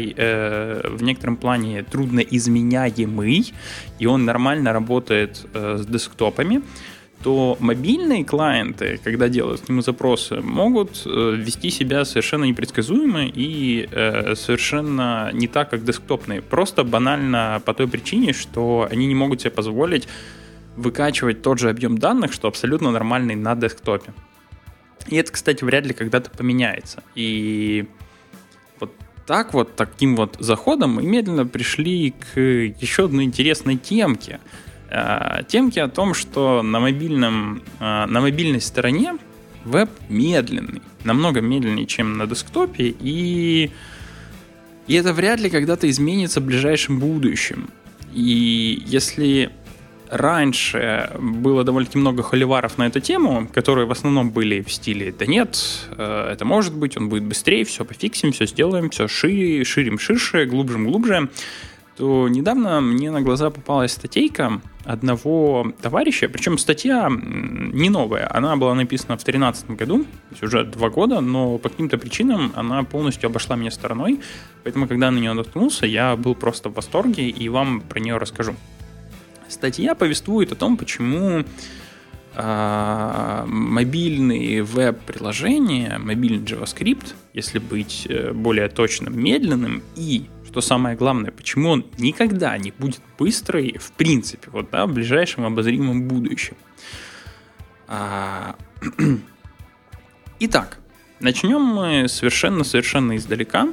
API в некотором плане трудно изменяемый, и он нормально работает с десктопами, то мобильные клиенты, когда делают к нему запросы, могут вести себя совершенно непредсказуемо и совершенно не так, как десктопные. Просто банально по той причине, что они не могут себе позволить выкачивать тот же объем данных, что абсолютно нормальный на десктопе. И это, кстати, вряд ли когда-то поменяется. И вот так вот, таким вот заходом мы медленно пришли к еще одной интересной темке. Темки о том, что на мобильной стороне веб медленный, намного медленнее, чем на десктопе, и это вряд ли когда-то изменится в ближайшем будущем. И если раньше было довольно-таки много холиваров на эту тему, которые в основном были в стиле «да нет, это может быть, он будет быстрее, все пофиксим, все сделаем, все ширим ширше, глубже», то недавно мне на глаза попалась статейка одного товарища, причем статья не новая, она была написана в 2013 году, то есть уже 2 года, но по каким-то причинам она полностью обошла меня стороной, поэтому, когда на нее наткнулся, я был просто в восторге и вам про нее расскажу. Статья повествует о том, почему мобильные веб-приложения, мобильный JavaScript, если быть более точным, медленным, и, что самое главное, почему он никогда не будет быстрый в принципе, вот, да, в ближайшем обозримом будущем. Итак, начнем мы совершенно издалека.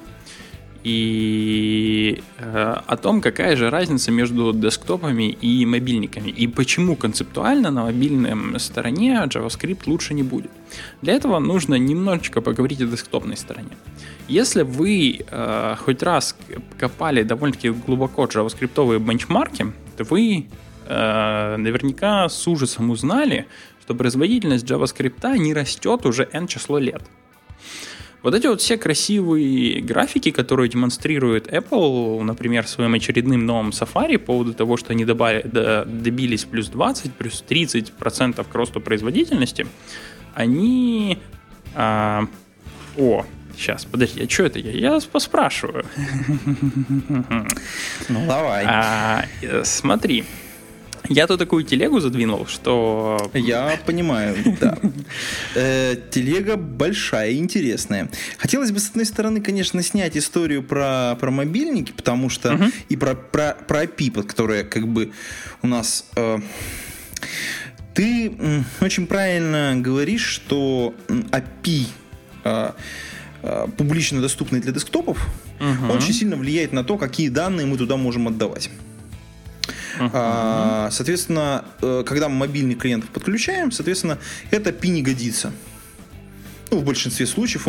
И о том, какая же разница между десктопами и мобильниками, и почему концептуально на мобильной стороне JavaScript лучше не будет. Для этого нужно немножечко поговорить о десктопной стороне. Если вы хоть раз копали довольно-таки глубоко JavaScript-овые бенчмарки, то вы наверняка с ужасом узнали, что производительность JavaScript не растет уже n число лет. Вот эти вот все красивые графики, которые демонстрирует Apple, например, своим очередным новым Safari по поводу того, что они добились плюс 20, плюс 30% к росту производительности, они... Сейчас, подожди, а что это? Я поспрашиваю. Ну, давай. Смотри. Я тут такую телегу задвинул, что... Я понимаю, да. Телега большая и интересная. Хотелось бы, с одной стороны, конечно, снять историю про мобильники, потому что и про API, которая как бы у нас... Ты очень правильно говоришь, что API публично доступный для десктопов, он очень сильно влияет на то, какие данные мы туда можем отдавать. Соответственно, когда мы мобильный клиент подключаем, соответственно, это API не годится. В большинстве случаев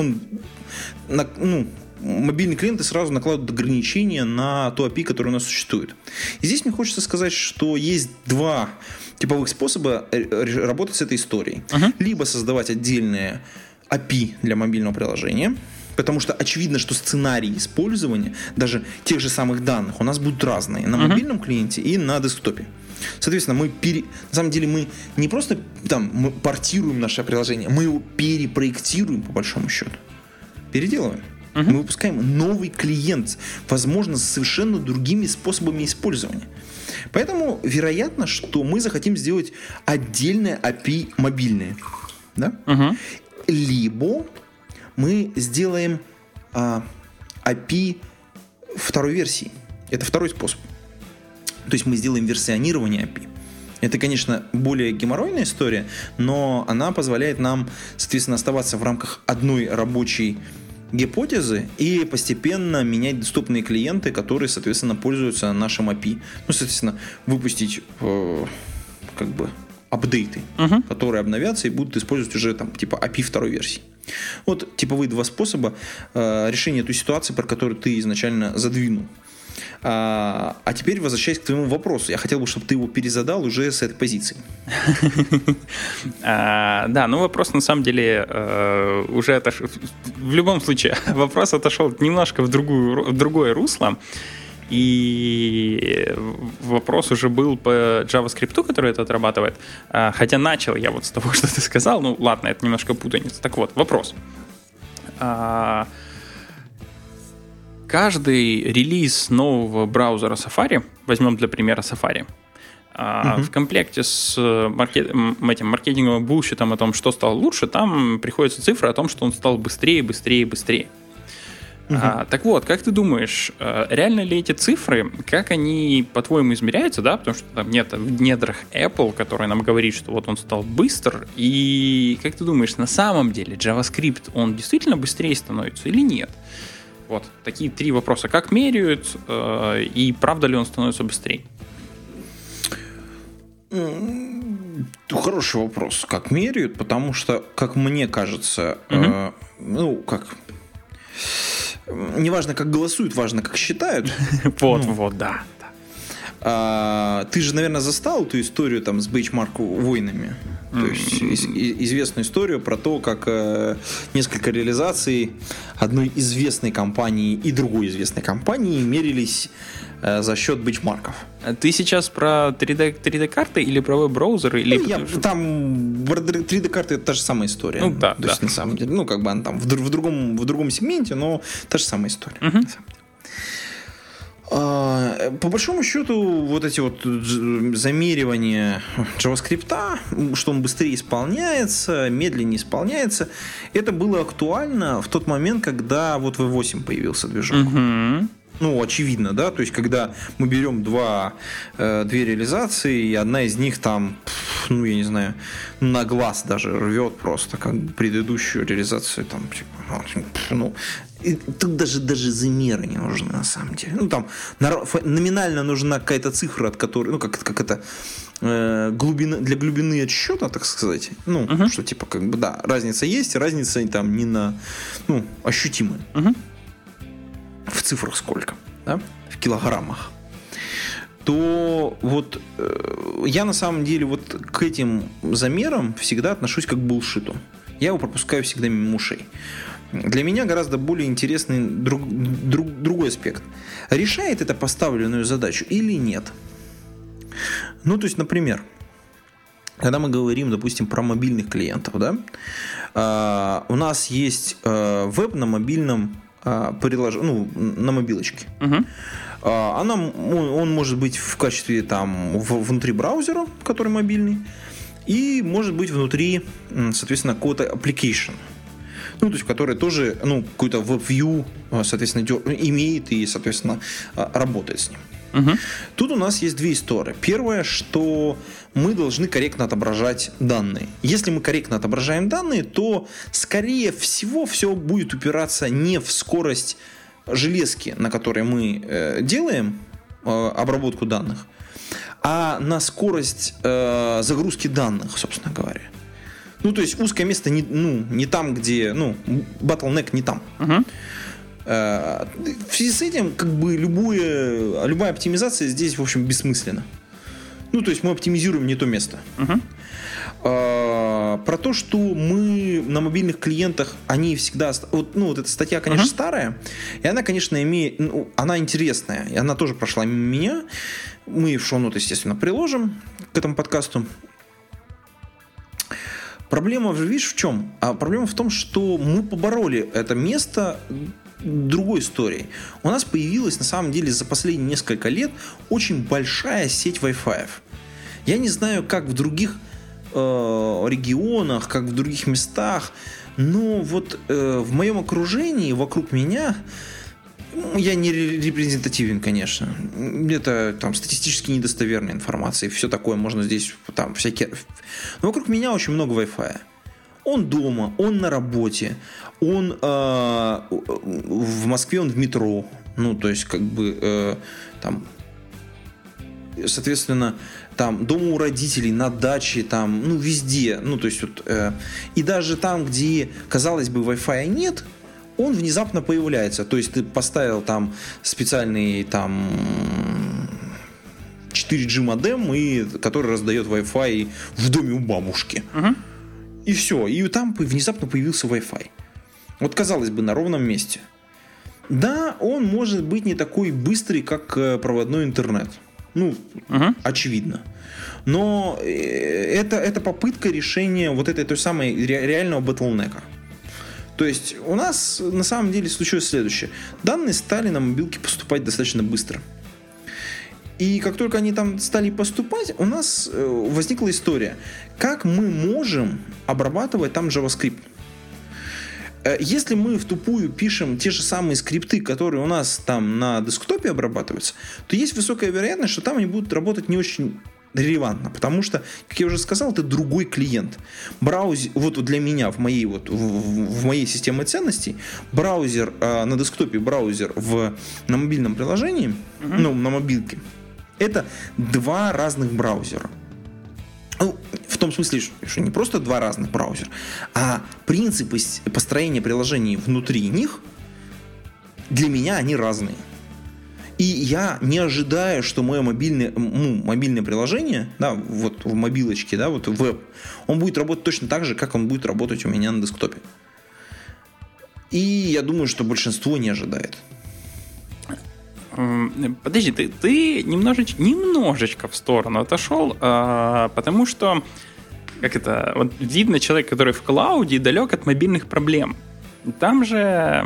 мобильные клиенты сразу накладывают ограничения на то API, которое у нас существует. И здесь мне хочется сказать, что есть два типовых способа работать с этой историей. Либо создавать отдельные API для мобильного приложения, потому что очевидно, что сценарии использования даже тех же самых данных у нас будут разные на мобильном клиенте и на десктопе. Соответственно, на самом деле мы не просто мы портируем наше приложение, мы его перепроектируем по большому счету. Переделываем. Мы выпускаем новый клиент, возможно, с совершенно другими способами использования. Поэтому вероятно, что мы захотим сделать отдельное API мобильное. Да? Либо мы сделаем API второй версии. Это второй способ. То есть мы сделаем версионирование API. Это, конечно, более геморройная история, но она позволяет нам, соответственно, оставаться в рамках одной рабочей гипотезы и постепенно менять доступные клиенты, которые, соответственно, пользуются нашим API. Соответственно, выпустить апдейты, которые обновятся и будут использовать уже API второй версии. Вот типовые два способа решения той ситуации, про которую ты изначально задвинул. А теперь, возвращаясь к твоему вопросу, я хотел бы, чтобы ты его перезадал уже с этой позиции. Да, вопрос на самом деле уже отошел. В любом случае, вопрос отошел немножко в другое русло. И вопрос уже был по JavaScript, который это отрабатывает. Хотя начал я вот с того, что ты сказал. Ладно, это немножко путаница. Так вот, вопрос. Каждый релиз нового браузера Safari, возьмем для примера Safari, в комплекте с этим маркетинговым булщитом о том, что стало лучше, там приходится цифра о том, что он стал быстрее, быстрее, быстрее. Так вот, как ты думаешь, реально ли эти цифры, как они, по-твоему, измеряются, да? Потому что там нет в недрах Apple, который нам говорит, что вот он стал быстр. И как ты думаешь, на самом деле JavaScript, он действительно быстрее становится или нет? Вот, такие три вопроса. Как меряют, и правда ли он становится быстрее? Хороший вопрос. Как меряют, потому что, как мне кажется, неважно, как голосуют, важно, как считают. Вот, да. Ты же, наверное, застал эту историю с бенчмарк-войнами. То есть известную историю про то, как несколько реализаций одной известной компании и другой известной компании мерились за счет бенчмарков. Ты сейчас про 3D-карты или про веб-браузеры? Там 3D-карты это та же самая история. То есть, на самом деле, она там в другом сегменте, но та же самая история. На самом деле. По большому счету, вот эти вот замеривания JavaScript, что он быстрее исполняется, медленнее исполняется, это было актуально в тот момент, когда вот V8 появился движок. Очевидно, да, то есть, когда мы берем две реализации, и одна из них там, я не знаю, на глаз даже рвет просто, как предыдущую реализацию, там, и тут даже замеры не нужны, на самом деле. Там номинально нужна какая-то цифра, от которой, глубина, для глубины отсчета, так сказать. Что разница есть, разница там не ощутимая. В цифрах сколько, да? В килограммах. То вот я на самом деле вот к этим замерам всегда отношусь как к булшиту. Я его пропускаю всегда мимо ушей. Для меня гораздо более интересный другой аспект. Решает это поставленную задачу или нет? То есть, например, когда мы говорим, допустим, про мобильных клиентов, да, у нас есть веб на мобильном приложении, на мобилочке. Он может быть в качестве там внутри браузера, который мобильный, и может быть внутри, соответственно, какого-то application. Ну, то есть, который тоже, какой-то WebView, соответственно, имеет и, соответственно, работает с ним. Угу. Тут у нас есть две истории. Первое, что мы должны корректно отображать данные. Если мы корректно отображаем данные, то, скорее всего, все будет упираться не в скорость железки, на которой мы делаем обработку данных, а на скорость загрузки данных, собственно говоря. Ну, то есть узкое место не там, где, bottleneck не там. Uh-huh. В связи с этим, как бы, любая оптимизация здесь, в общем, бессмысленна. Ну, то есть мы оптимизируем не то место. Uh-huh. Про то, что мы на мобильных клиентах, они всегда... Вот эта статья, конечно, старая, и она, конечно, она интересная, и она тоже прошла мимо меня. Мы в шоу-ноты, естественно, приложим к этому подкасту. Проблема, видишь, в чем? Проблема в том, что мы побороли это место другой историей. У нас появилась, на самом деле, за последние несколько лет очень большая сеть Wi-Fi. Я не знаю, как в других регионах, как в других местах, но вот в моем окружении, вокруг меня, я не репрезентативен, конечно. Это там статистически недостоверная информация, и все такое можно здесь, там, всякие... Но вокруг меня очень много Wi-Fi. Он дома, он на работе, он в Москве, он в метро. Ну, то есть, как бы, там... Соответственно, там дома у родителей, на даче, там, везде. Ну, то есть, и даже там, где, казалось бы, Wi-Fi нет, он внезапно появляется. То есть ты поставил там специальный там 4G модем, который раздает Wi-Fi в доме у бабушки. Uh-huh. И все. И там внезапно появился Wi-Fi. Вот, казалось бы, на ровном месте. Да, он может быть не такой быстрый, как проводной интернет. Uh-huh. Очевидно. Но это попытка решения вот этой той самой реального ботлнека. То есть у нас на самом деле случилось следующее. Данные стали на мобилки поступать достаточно быстро. И как только они там стали поступать, у нас возникла история. Как мы можем обрабатывать там JavaScript? Если мы в тупую пишем те же самые скрипты, которые у нас там на десктопе обрабатываются, то есть высокая вероятность, что там они будут работать не очень релевантно, потому что, как я уже сказал, это другой клиент. Браузер, вот для меня, в моей системе ценностей, браузер на десктопе, браузер на мобильном приложении, на мобилке, это два разных браузера. В том смысле, что не просто два разных браузера, а принципы построения приложений внутри них для меня они разные. И я не ожидаю, что мое мобильное приложение, да, вот в мобилочке, да, вот веб, он будет работать точно так же, как он будет работать у меня на десктопе. И я думаю, что большинство не ожидает. Подожди, ты немножечко в сторону отошел, потому что, вот видно, человек, который в клауде, далек от мобильных проблем. Там же...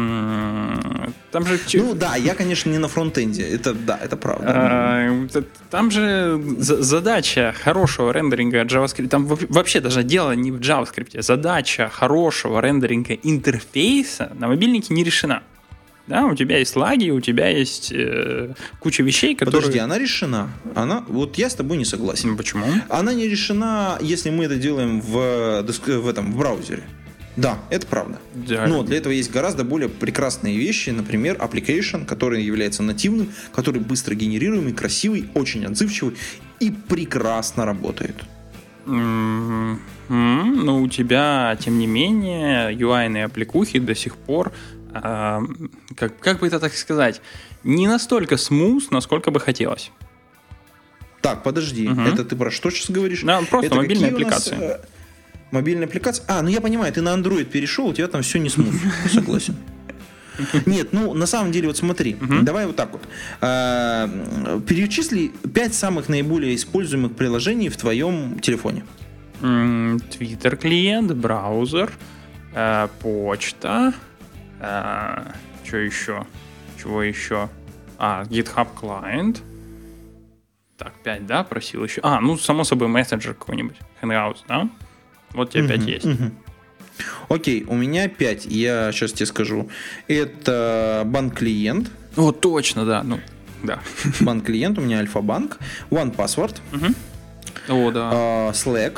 Ну да, я, конечно, не на фронтенде. Это правда. Там же задача хорошего рендеринга JavaScript. Там вообще даже дело не в JavaScript. Задача хорошего рендеринга интерфейса на мобильнике не решена. Да, у тебя есть лаги, у тебя есть куча вещей, которые... Подожди, она решена. Вот я с тобой не согласен. Почему? Она не решена, если мы это делаем в браузере. Да, это правда. Да. Но для этого есть гораздо более прекрасные вещи, например, application, который является нативным, который быстро генерируемый, красивый, очень отзывчивый и прекрасно работает. Но у тебя, тем не менее, UI-ные аппликухи до сих пор, как бы это так сказать, не настолько смуз, насколько бы хотелось. Так, подожди, это ты про что сейчас говоришь? Да, просто это мобильные аппликации. Мобильная аппликация? Я понимаю, ты на Android перешел, у тебя там все не смуз. Согласен. Нет, на самом деле, вот смотри, давай вот так вот. Перечисли 5 самых наиболее используемых приложений в твоем телефоне. Twitter клиент, браузер, почта, что еще? Чего еще? GitHub Client. Так, 5, да, просил еще. Само собой, мессенджер какой-нибудь. Hangouts, да? Вот тебе 5 есть. Окей, у меня 5. Я сейчас тебе скажу. Это банк-клиент. О, точно, да. Да. Банк-клиент, у меня Альфа-банк. OnePassword. О, да. Slack.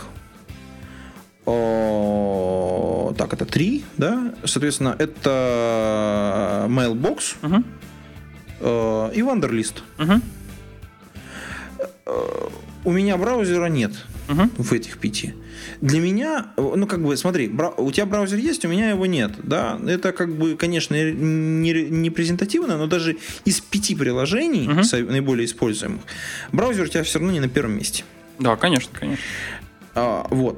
Так, это 3, да? Соответственно, это Mailbox и Wunderlist. У меня браузера нет в этих 5. Для меня, смотри, у тебя браузер есть, у меня его нет, да? Это конечно, не презентативно, но даже из 5 приложений, наиболее используемых, браузер у тебя все равно не на первом месте. Да, конечно. Вот.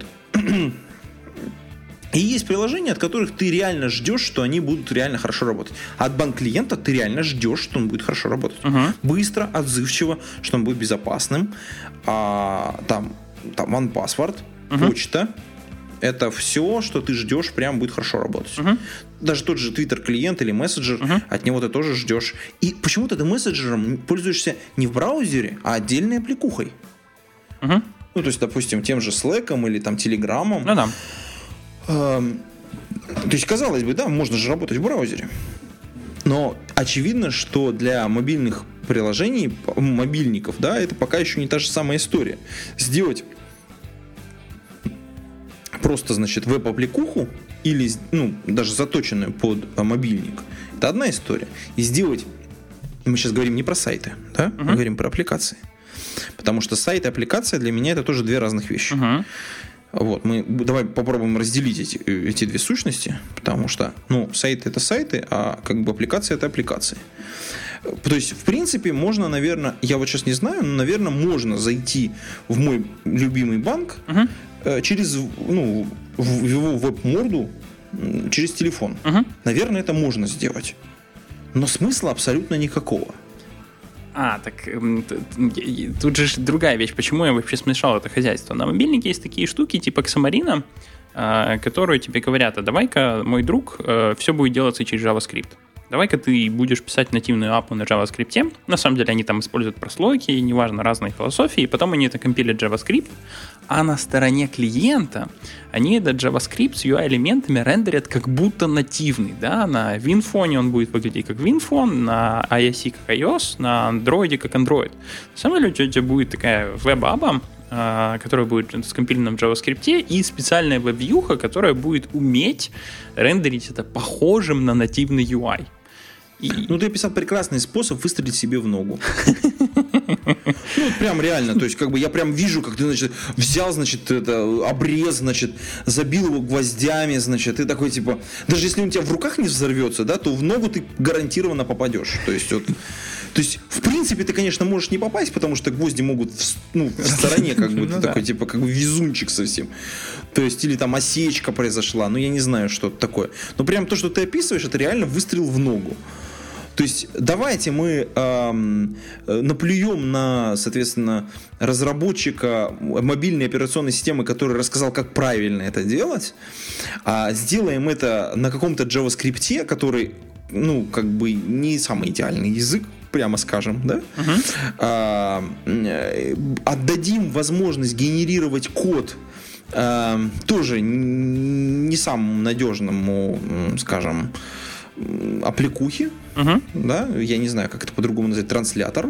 И есть приложения, от которых ты реально ждешь, что они будут реально хорошо работать. От банк-клиента ты реально ждешь, что он будет хорошо работать. Быстро, отзывчиво, что он будет безопасным. Там OnePassword, почта. Это все, что ты ждешь, прям будет хорошо работать. Даже тот же Twitter-клиент или мессенджер, от него ты тоже ждешь. И почему-то ты мессенджером пользуешься не в браузере, а отдельной аппликухой. То есть, допустим, тем же Slack'ом или там Телеграмом. Да. То есть, казалось бы, да, можно же работать в браузере. Но очевидно, что для мобильных приложений, мобильников, да, это пока еще не та же самая история. Сделать просто, веб-аппликуху или, даже заточенную под мобильник, это одна история. И сделать, мы сейчас говорим не про сайты, да, мы говорим про аппликации. Потому что сайт и аппликация для меня это тоже 2 разных вещи. Вот, давай попробуем разделить эти 2 сущности, потому что, сайты это сайты, а аппликация это аппликации. То есть, в принципе, можно, наверное, я вот сейчас не знаю, но, наверное, можно зайти в мой любимый банк через, в его веб-морду через телефон. Наверное, это можно сделать. Но смысла абсолютно никакого. Тут же другая вещь. Почему я вообще смешал это хозяйство? На мобильнике есть такие штуки, типа Xamarin, которые тебе говорят, давай-ка, мой друг, все будет делаться через JavaScript. Давай-ка ты будешь писать нативную аппу на JavaScript. На самом деле они там используют прослойки, неважно, разные философии, и потом они это компилят JavaScript, а на стороне клиента они этот JavaScript с UI-элементами рендерят как будто нативный. Да? На WinPhone он будет выглядеть как WinPhone, на iOS как iOS, на Android как Android. На самом деле у тебя будет такая веб-аппа, которая будет скомпилирована в JavaScript, и специальная веб-вьюха, которая будет уметь рендерить это похожим на нативный UI. Ты описал прекрасный способ выстрелить себе в ногу. Прям реально. То есть, я прям вижу, как ты, взял, обрез, забил его гвоздями, ты такой, даже если он у тебя в руках не взорвется, да, то в ногу ты гарантированно попадешь. То есть, в принципе, ты, конечно, можешь не попасть, потому что гвозди могут в стороне, ты такой, везунчик совсем. То есть, или там осечка произошла, я не знаю, что это такое. Но прям то, что ты описываешь, это реально выстрел в ногу. То есть, давайте мы наплюем на, соответственно, разработчика мобильной операционной системы, который рассказал, как правильно это делать, сделаем это на каком-то JavaScript, который, не самый идеальный язык, прямо скажем, да? Отдадим возможность генерировать код тоже не самому надежному, скажем, аппликухи, да, я не знаю, как это по-другому назвать, транслятор,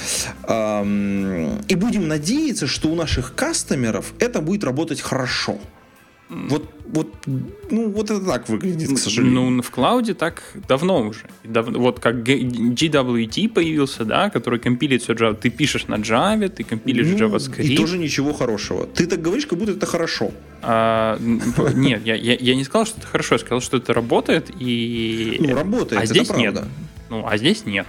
и будем надеяться, что у наших кастомеров это будет работать хорошо. Вот это так выглядит, к сожалению. В клауде так давно уже. Вот как GWT появился, да, который компилит все Java. Ты пишешь на Java, ты компилишь JavaScript. И тоже ничего хорошего. Ты так говоришь, как будто это хорошо. Нет, я не сказал, что это хорошо. Я сказал, что это работает. Работает, а здесь это правда. Нет. А здесь нет.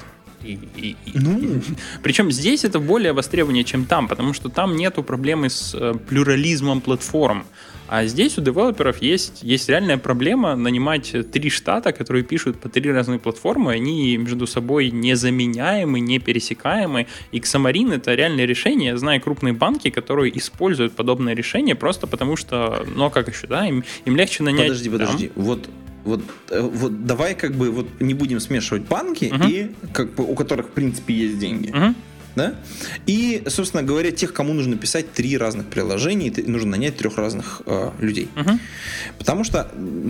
Причем здесь это более востребование, чем там, потому что там нету проблемы с плюрализмом платформ. А здесь у девелоперов есть реальная проблема нанимать 3 штата, которые пишут по 3 разные платформы, они между собой незаменяемы, не пересекаемы. И Xamarin — это реальное решение. Я знаю крупные банки, которые используют подобное решение просто потому что, как еще, да, им легче нанять... Подожди. Вот вот давай как бы вот не будем смешивать банки, и как бы, у которых в принципе есть деньги. Да? И, собственно говоря, тех, кому нужно писать 3 разных приложения, нужно нанять 3 разных людей. Потому что,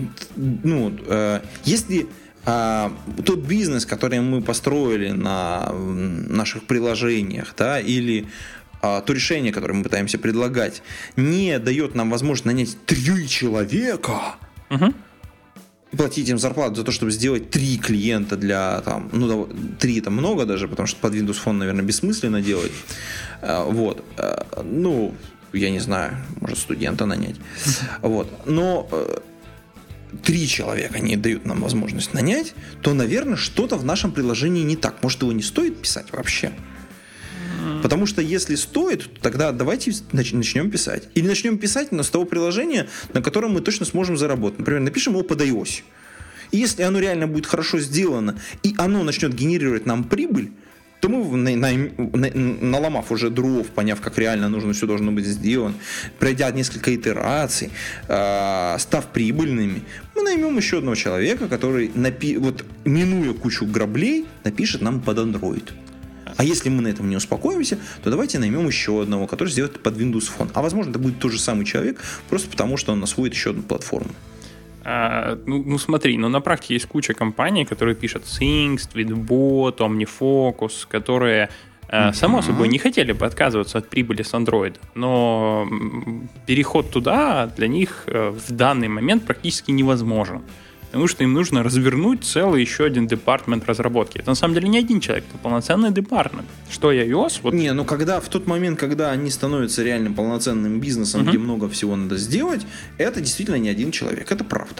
если тот бизнес, который мы построили на наших приложениях, да, или то решение, которое мы пытаемся предлагать, не дает нам возможность нанять 3 человека, и платить им зарплату за то, чтобы сделать 3 клиента для, 3 это много даже, потому что под Windows Phone, наверное, бессмысленно делать. Вот. Я не знаю, может, студента нанять. Вот. Но 3 человека не дают нам возможность нанять, то, наверное, что-то в нашем приложении не так. Может, его не стоит писать вообще? Потому что если стоит, то тогда давайте начнем писать. Или начнем писать с того приложения, на котором мы точно сможем заработать. Например, напишем его под iOS. И если оно реально будет хорошо сделано, и оно начнет генерировать нам прибыль, то мы, наломав уже дров, поняв, как реально нужно, все должно быть сделано, пройдя несколько итераций, став прибыльными, мы наймем еще одного человека, который, минуя кучу граблей, напишет нам под Android. А если мы на этом не успокоимся, то давайте наймем еще одного, который сделает под Windows Phone. А возможно, это будет тот же самый человек, просто потому что он освоит еще одну платформу. Смотри, на практике есть куча компаний, которые пишут Things, Tweetbot, OmniFocus, которые, само собой, не хотели бы отказываться от прибыли с Android, но переход туда для них в данный момент практически невозможен. Потому что им нужно развернуть целый еще один департмент разработки. Это на самом деле не один человек, это полноценный департмент. Что iOS? В тот момент, когда они становятся реально полноценным бизнесом, где много всего надо сделать, это действительно не один человек, это правда.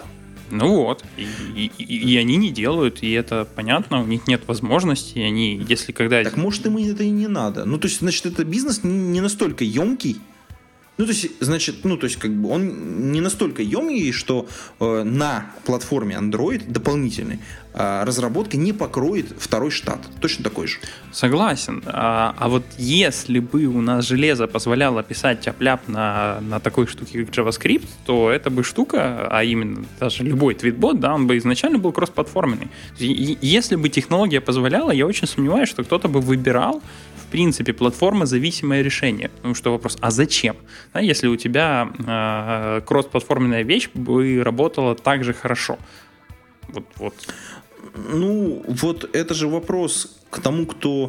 И они не делают, и это понятно, у них нет возможности, они, если когда... Так может им это и не надо. Значит, это бизнес не настолько емкий. Он не настолько емкий, что на платформе Android дополнительной разработка не покроет второй штат. Точно такой же. Согласен. А вот если бы у нас железо позволяло писать тяп-ляп на такой штуке, как JavaScript, то эта бы штука, а именно даже любой твитбот, да, он бы изначально был кроссплатформенный. Если бы технология позволяла, я очень сомневаюсь, что кто-то бы выбирал в принципе платформозависимое решение. Потому что вопрос, а зачем? Да, если у тебя кросс-платформенная вещь бы работала так же хорошо. Это же вопрос к тому, кто...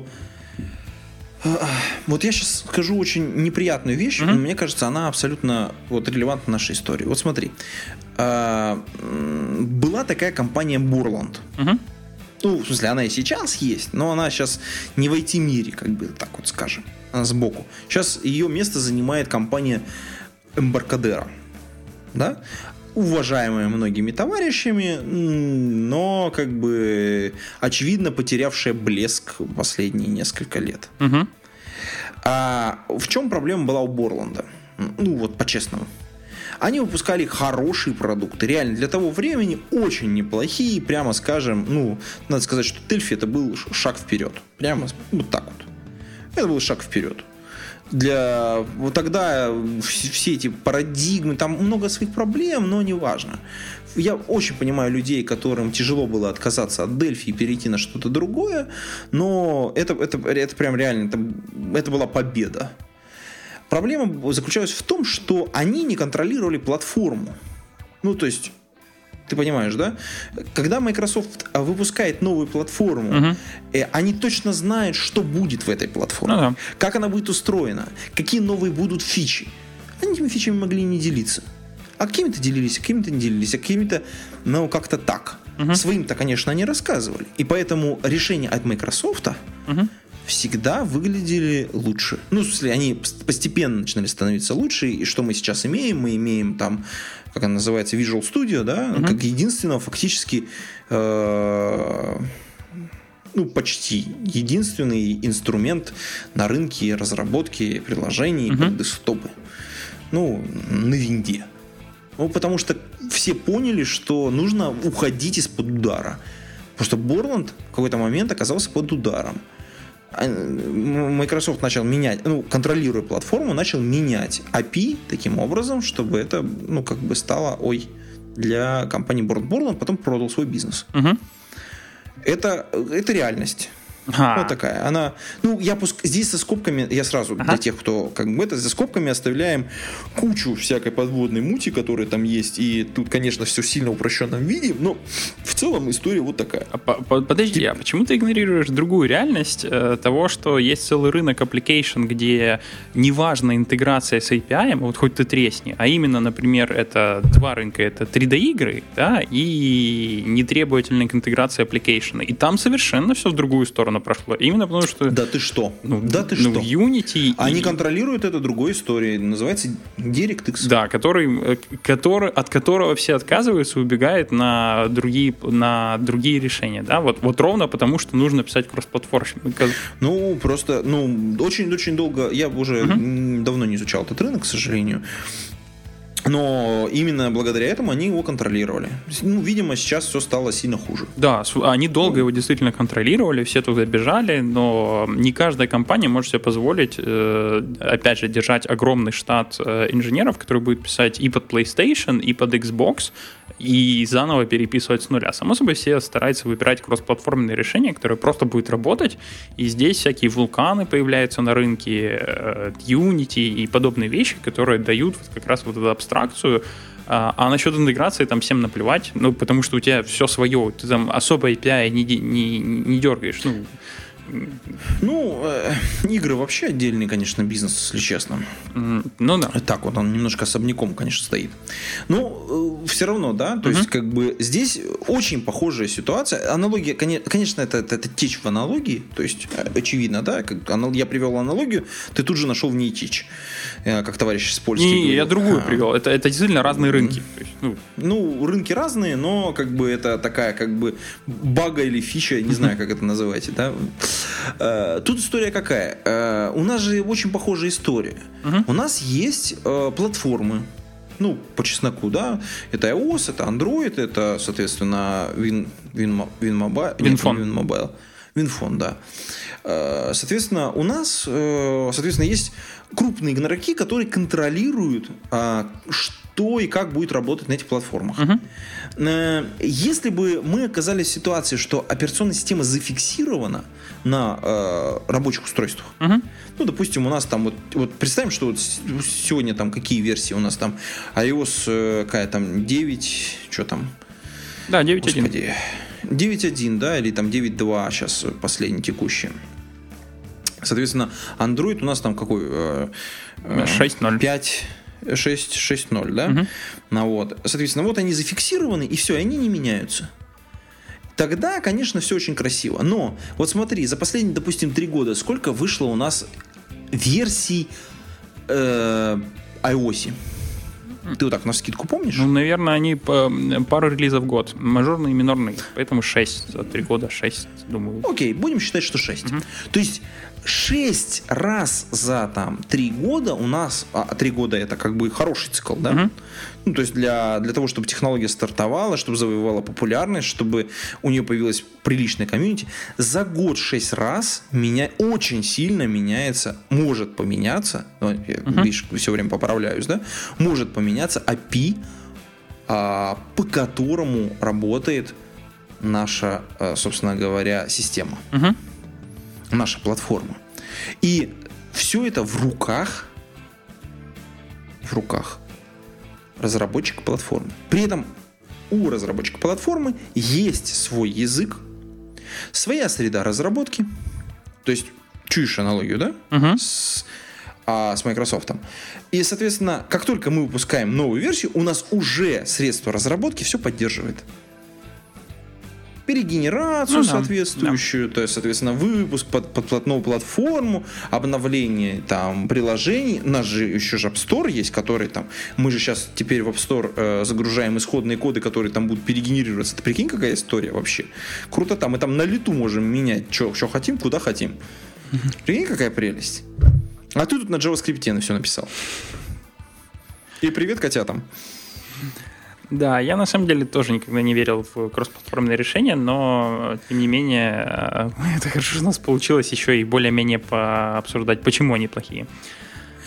Вот я сейчас скажу очень неприятную вещь, но мне кажется, она абсолютно релевантна нашей истории. Вот смотри. Была такая компания Borland. В смысле, она и сейчас есть, но она сейчас не в IT-мире, как бы так вот скажем, она сбоку. Сейчас ее место занимает компания Embarcadero, да? Уважаемая многими товарищами, но как бы очевидно потерявшая блеск последние несколько лет. А в чем проблема была у Борланда? По-честному. Они выпускали хорошие продукты, реально для того времени очень неплохие, прямо скажем, надо сказать, что Delphi это был шаг вперед, прямо вот так вот. Это был шаг вперед. Тогда все эти парадигмы, там много своих проблем, но не важно. Я очень понимаю людей, которым тяжело было отказаться от Delphi и перейти на что-то другое, но это прям реально, это была победа. Проблема заключалась в том, что они не контролировали платформу. То есть, ты понимаешь, да? Когда Microsoft выпускает новую платформу, они точно знают, что будет в этой платформе, как она будет устроена, какие новые будут фичи. Они этими фичами могли не делиться. А какими-то делились, а какими-то не делились, а какими-то, как-то так. Своим-то, конечно, они рассказывали. И поэтому решения от Microsoft всегда выглядели лучше. В смысле, они постепенно начинали становиться лучше. И что мы сейчас имеем? Мы имеем там, как она называется, Visual Studio, да, как единственного фактически, почти единственный инструмент на рынке разработки приложений под десктопы. На винде. Потому что все поняли, что нужно уходить из-под удара. Потому что Borland в какой-то момент оказался под ударом. Microsoft начал менять, контролируя платформу, начал менять API таким образом, чтобы это, стало, для компании Board, потом продал свой бизнес. Угу. Это реальность. Вот такая. Она, здесь со скобками, я сразу для тех, кто за скобками оставляем кучу всякой подводной мути, которая там есть, и тут, конечно, все в сильно упрощенном виде, но в целом история вот такая. Подожди, а почему ты игнорируешь другую реальность того, что есть целый рынок application, где неважно интеграция с API, вот хоть ты тресни, а именно, например, это два рынка, это 3D-игры, да, и нетребовательная интеграция application, и там совершенно все в другую сторону прошло. Именно потому что... Да ты что? В Unity... Они контролируют это другой историей. Называется DirectX. Да, от которого все отказываются, убегает на другие решения. Да? Вот ровно потому, что нужно писать кросс-платформ. Очень-очень долго... Я уже давно не изучал этот рынок, к сожалению. Но именно благодаря этому они его контролировали. Видимо, сейчас все стало сильно хуже. Да, они долго его действительно контролировали, все туда бежали, но не каждая компания может себе позволить, опять же, держать огромный штат инженеров, которые будут писать и под PlayStation, и под Xbox, и заново переписывать с нуля. Само собой, все стараются выбирать кроссплатформенные решения, которые просто будут работать, и здесь всякие вулканы появляются на рынке, Unity и подобные вещи, которые дают как раз вот эту абстракцию. А насчет интеграции там всем наплевать, потому что у тебя все свое, ты там особо API не дергаешь. Игры вообще отдельный, конечно, бизнес, если честно. Да. Так вот, он немножко особняком, конечно, стоит. Все равно, да, то есть, здесь очень похожая ситуация. Аналогия, конечно, это течь в аналогии, то есть, очевидно, да, я привел аналогию, ты тут же нашел в ней течь, как товарищ с польским. Не, я другую привел, это действительно разные рынки. Рынки разные, но это такая, бага или фича, не знаю, как это называете, да. Тут история какая? У нас же очень похожая история. У нас есть платформы, по чесноку, да, это iOS, это Android, это, соответственно, WinFone, да. Соответственно, у нас есть крупные игроки, которые контролируют, что и как будет работать на этих платформах. Если бы мы оказались в ситуации, что операционная система зафиксирована на рабочих устройствах, допустим, у нас там вот представим, что вот сегодня там какие версии у нас там iOS какая там 9, что там? Да, 9.1. 9.1, да, или там 9.2 сейчас последний текущий. Соответственно, Android у нас там какой? 6.0. 6.0, да? Соответственно, вот они зафиксированы, и все, они не меняются. Тогда, конечно, все очень красиво. Но, вот смотри, за последние, допустим, 3 года сколько вышло у нас версий iOS? Ты вот так навскидку помнишь? Наверное, они пару релизов в год. Мажорные и минорные. Поэтому 6 за 3 года, 6, думаю. Окей, будем считать, что 6. То есть 6 раз за 3 года у нас... 3 года это хороший цикл, да? То есть для того, чтобы технология стартовала, чтобы завоевала популярность, чтобы у нее появилась приличная комьюнити, за год 6 раз очень сильно меняется, может поменяться, видишь, все время поправляюсь, да? Может поменяться API, по которому работает наша, собственно говоря, система. Наша платформа. И все это в руках разработчика платформы. При этом у разработчика платформы есть свой язык, своя среда разработки. То есть, чуешь аналогию, да? С Microsoft. И, соответственно, как только мы выпускаем новую версию, у нас уже средство разработки все поддерживает. Перегенерацию соответствующую, то есть, соответственно, выпуск под новую платформу, обновление там приложений. У нас же еще App Store есть, который там... Мы же сейчас теперь в App Store загружаем исходные коды, которые там будут перегенерироваться. Ты прикинь, какая история вообще? Круто там. Мы там на лету можем менять, что хотим, куда хотим. Прикинь, какая прелесть. А ты тут на JavaScript все написал. И привет котятам. Да, я на самом деле тоже никогда не верил в кроссплатформенные решения, но тем не менее это хорошо, что у нас получилось еще и более-менее пообсуждать, почему они плохие.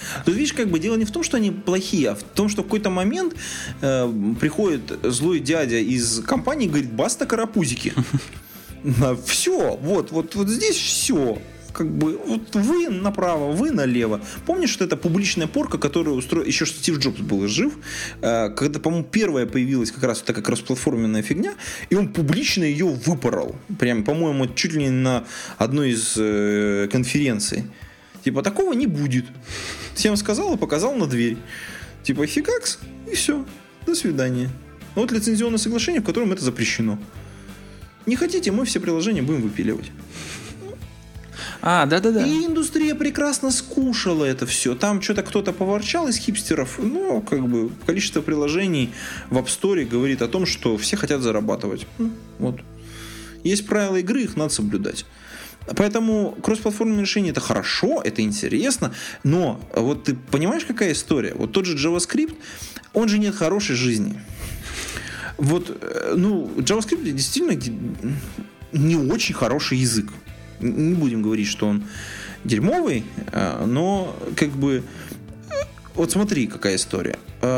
Тут, видишь, как бы дело не в том, что они плохие, а в том, что в какой-то момент приходит злой дядя из компании и говорит: баста карапузики. Все, вот здесь все. Как бы вот вы направо, вы налево. Помнишь, что это публичная порка, которую устроил еще Стив Джобс был жив, когда, по-моему, первая появилась как раз вот такая кроссплатформенная фигня, и он публично ее выпорол. Прям, по-моему, чуть ли не на одной из конференций. Типа, такого не будет. Всем сказал и показал на дверь. Типа, фигакс, и все. До свидания. Вот лицензионное соглашение, в котором это запрещено. Не хотите, мы все приложения будем выпиливать. Да-да-да. И индустрия прекрасно скушала это все. Там что-то кто-то поворчал из хипстеров, но как бы количество приложений в App Store говорит о том, что все хотят зарабатывать. Вот. Есть правила игры, их надо соблюдать. Поэтому кроссплатформенное решение — это хорошо, это интересно, но вот ты понимаешь, какая история? Вот тот же JavaScript, он же нет хорошей жизни. Вот, JavaScript действительно не очень хороший язык. Не будем говорить, что он дерьмовый, но как бы... Вот смотри, какая история.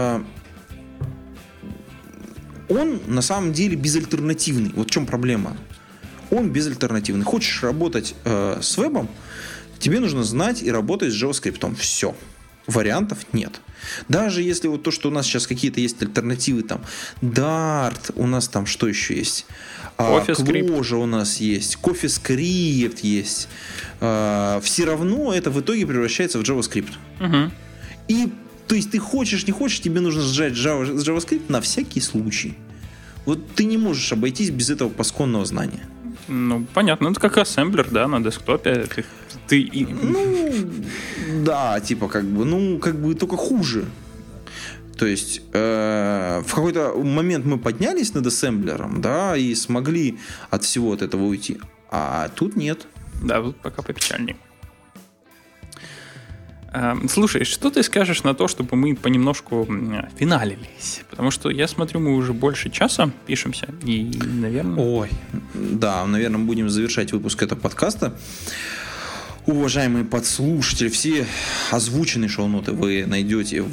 Он на самом деле безальтернативный. Вот в чем проблема. Он безальтернативный. Хочешь работать с вебом, тебе нужно знать и работать с JavaScript. Все. Вариантов нет. Даже если вот то, что у нас сейчас какие-то есть альтернативы, там Dart, у нас там что еще есть? Clojure у нас есть, CoffeeScript есть. Все равно это в итоге превращается в JavaScript. Угу. И то есть ты хочешь, не хочешь, тебе нужно сжать JavaScript на всякий случай. Вот ты не можешь обойтись без этого пасконного знания. Ну, понятно. Это как ассемблер, да, на десктопе. Да, типа как бы только хуже. То есть в какой-то момент мы поднялись над ассемблером, да, и смогли от всего от этого уйти. А тут нет. Да, тут пока попечальнее. Слушай, что ты скажешь на то, чтобы мы понемножку финалились? Потому что я смотрю, мы уже больше часа пишемся, и, наверное... наверное, будем завершать выпуск этого подкаста. Уважаемые подслушатели, все озвученные шоу-ноты вы найдете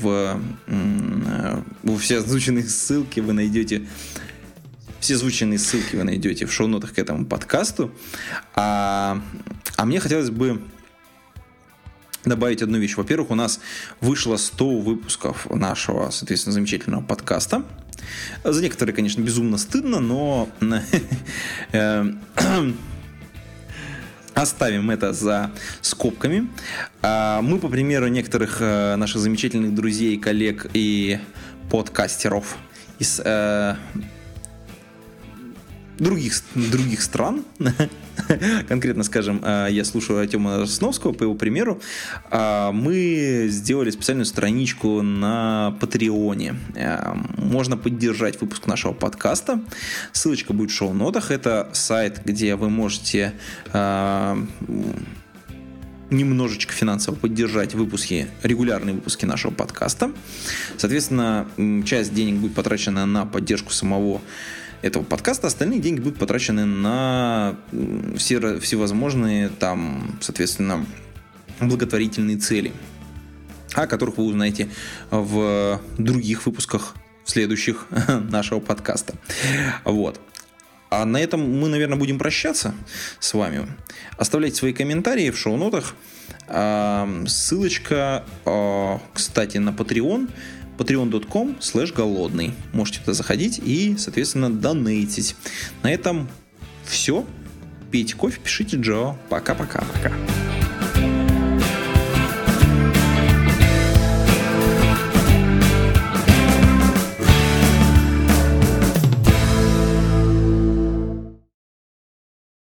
все озвученные ссылки вы найдете в шоу-нотах к этому подкасту. А мне хотелось бы добавить одну вещь. Во-первых, у нас вышло 100 выпусков нашего, соответственно, замечательного подкаста. За некоторые, конечно, безумно стыдно, но оставим это за скобками. Мы, по примеру некоторых наших замечательных друзей, коллег и подкастеров из других стран, конкретно, скажем, я слушаю Артема Сосновского, по его примеру, мы сделали специальную страничку на Патреоне. Можно поддержать выпуск нашего подкаста. Ссылочка будет в шоу-нотах. Это сайт, где вы можете немножечко финансово поддержать регулярные выпуски нашего подкаста. Соответственно, часть денег будет потрачена на поддержку самого этого подкаста, остальные деньги будут потрачены на всевозможные там, соответственно, благотворительные цели, о которых вы узнаете в других выпусках следующих нашего подкаста. Вот. А на этом мы, наверное, будем прощаться с вами. Оставляйте свои комментарии в шоу-нотах. Ссылочка, кстати, на Patreon. patreon.com/голодный. Можете туда заходить и, соответственно, донейтить. На этом все. Пейте кофе, пишите Джо. Пока-пока. Пока.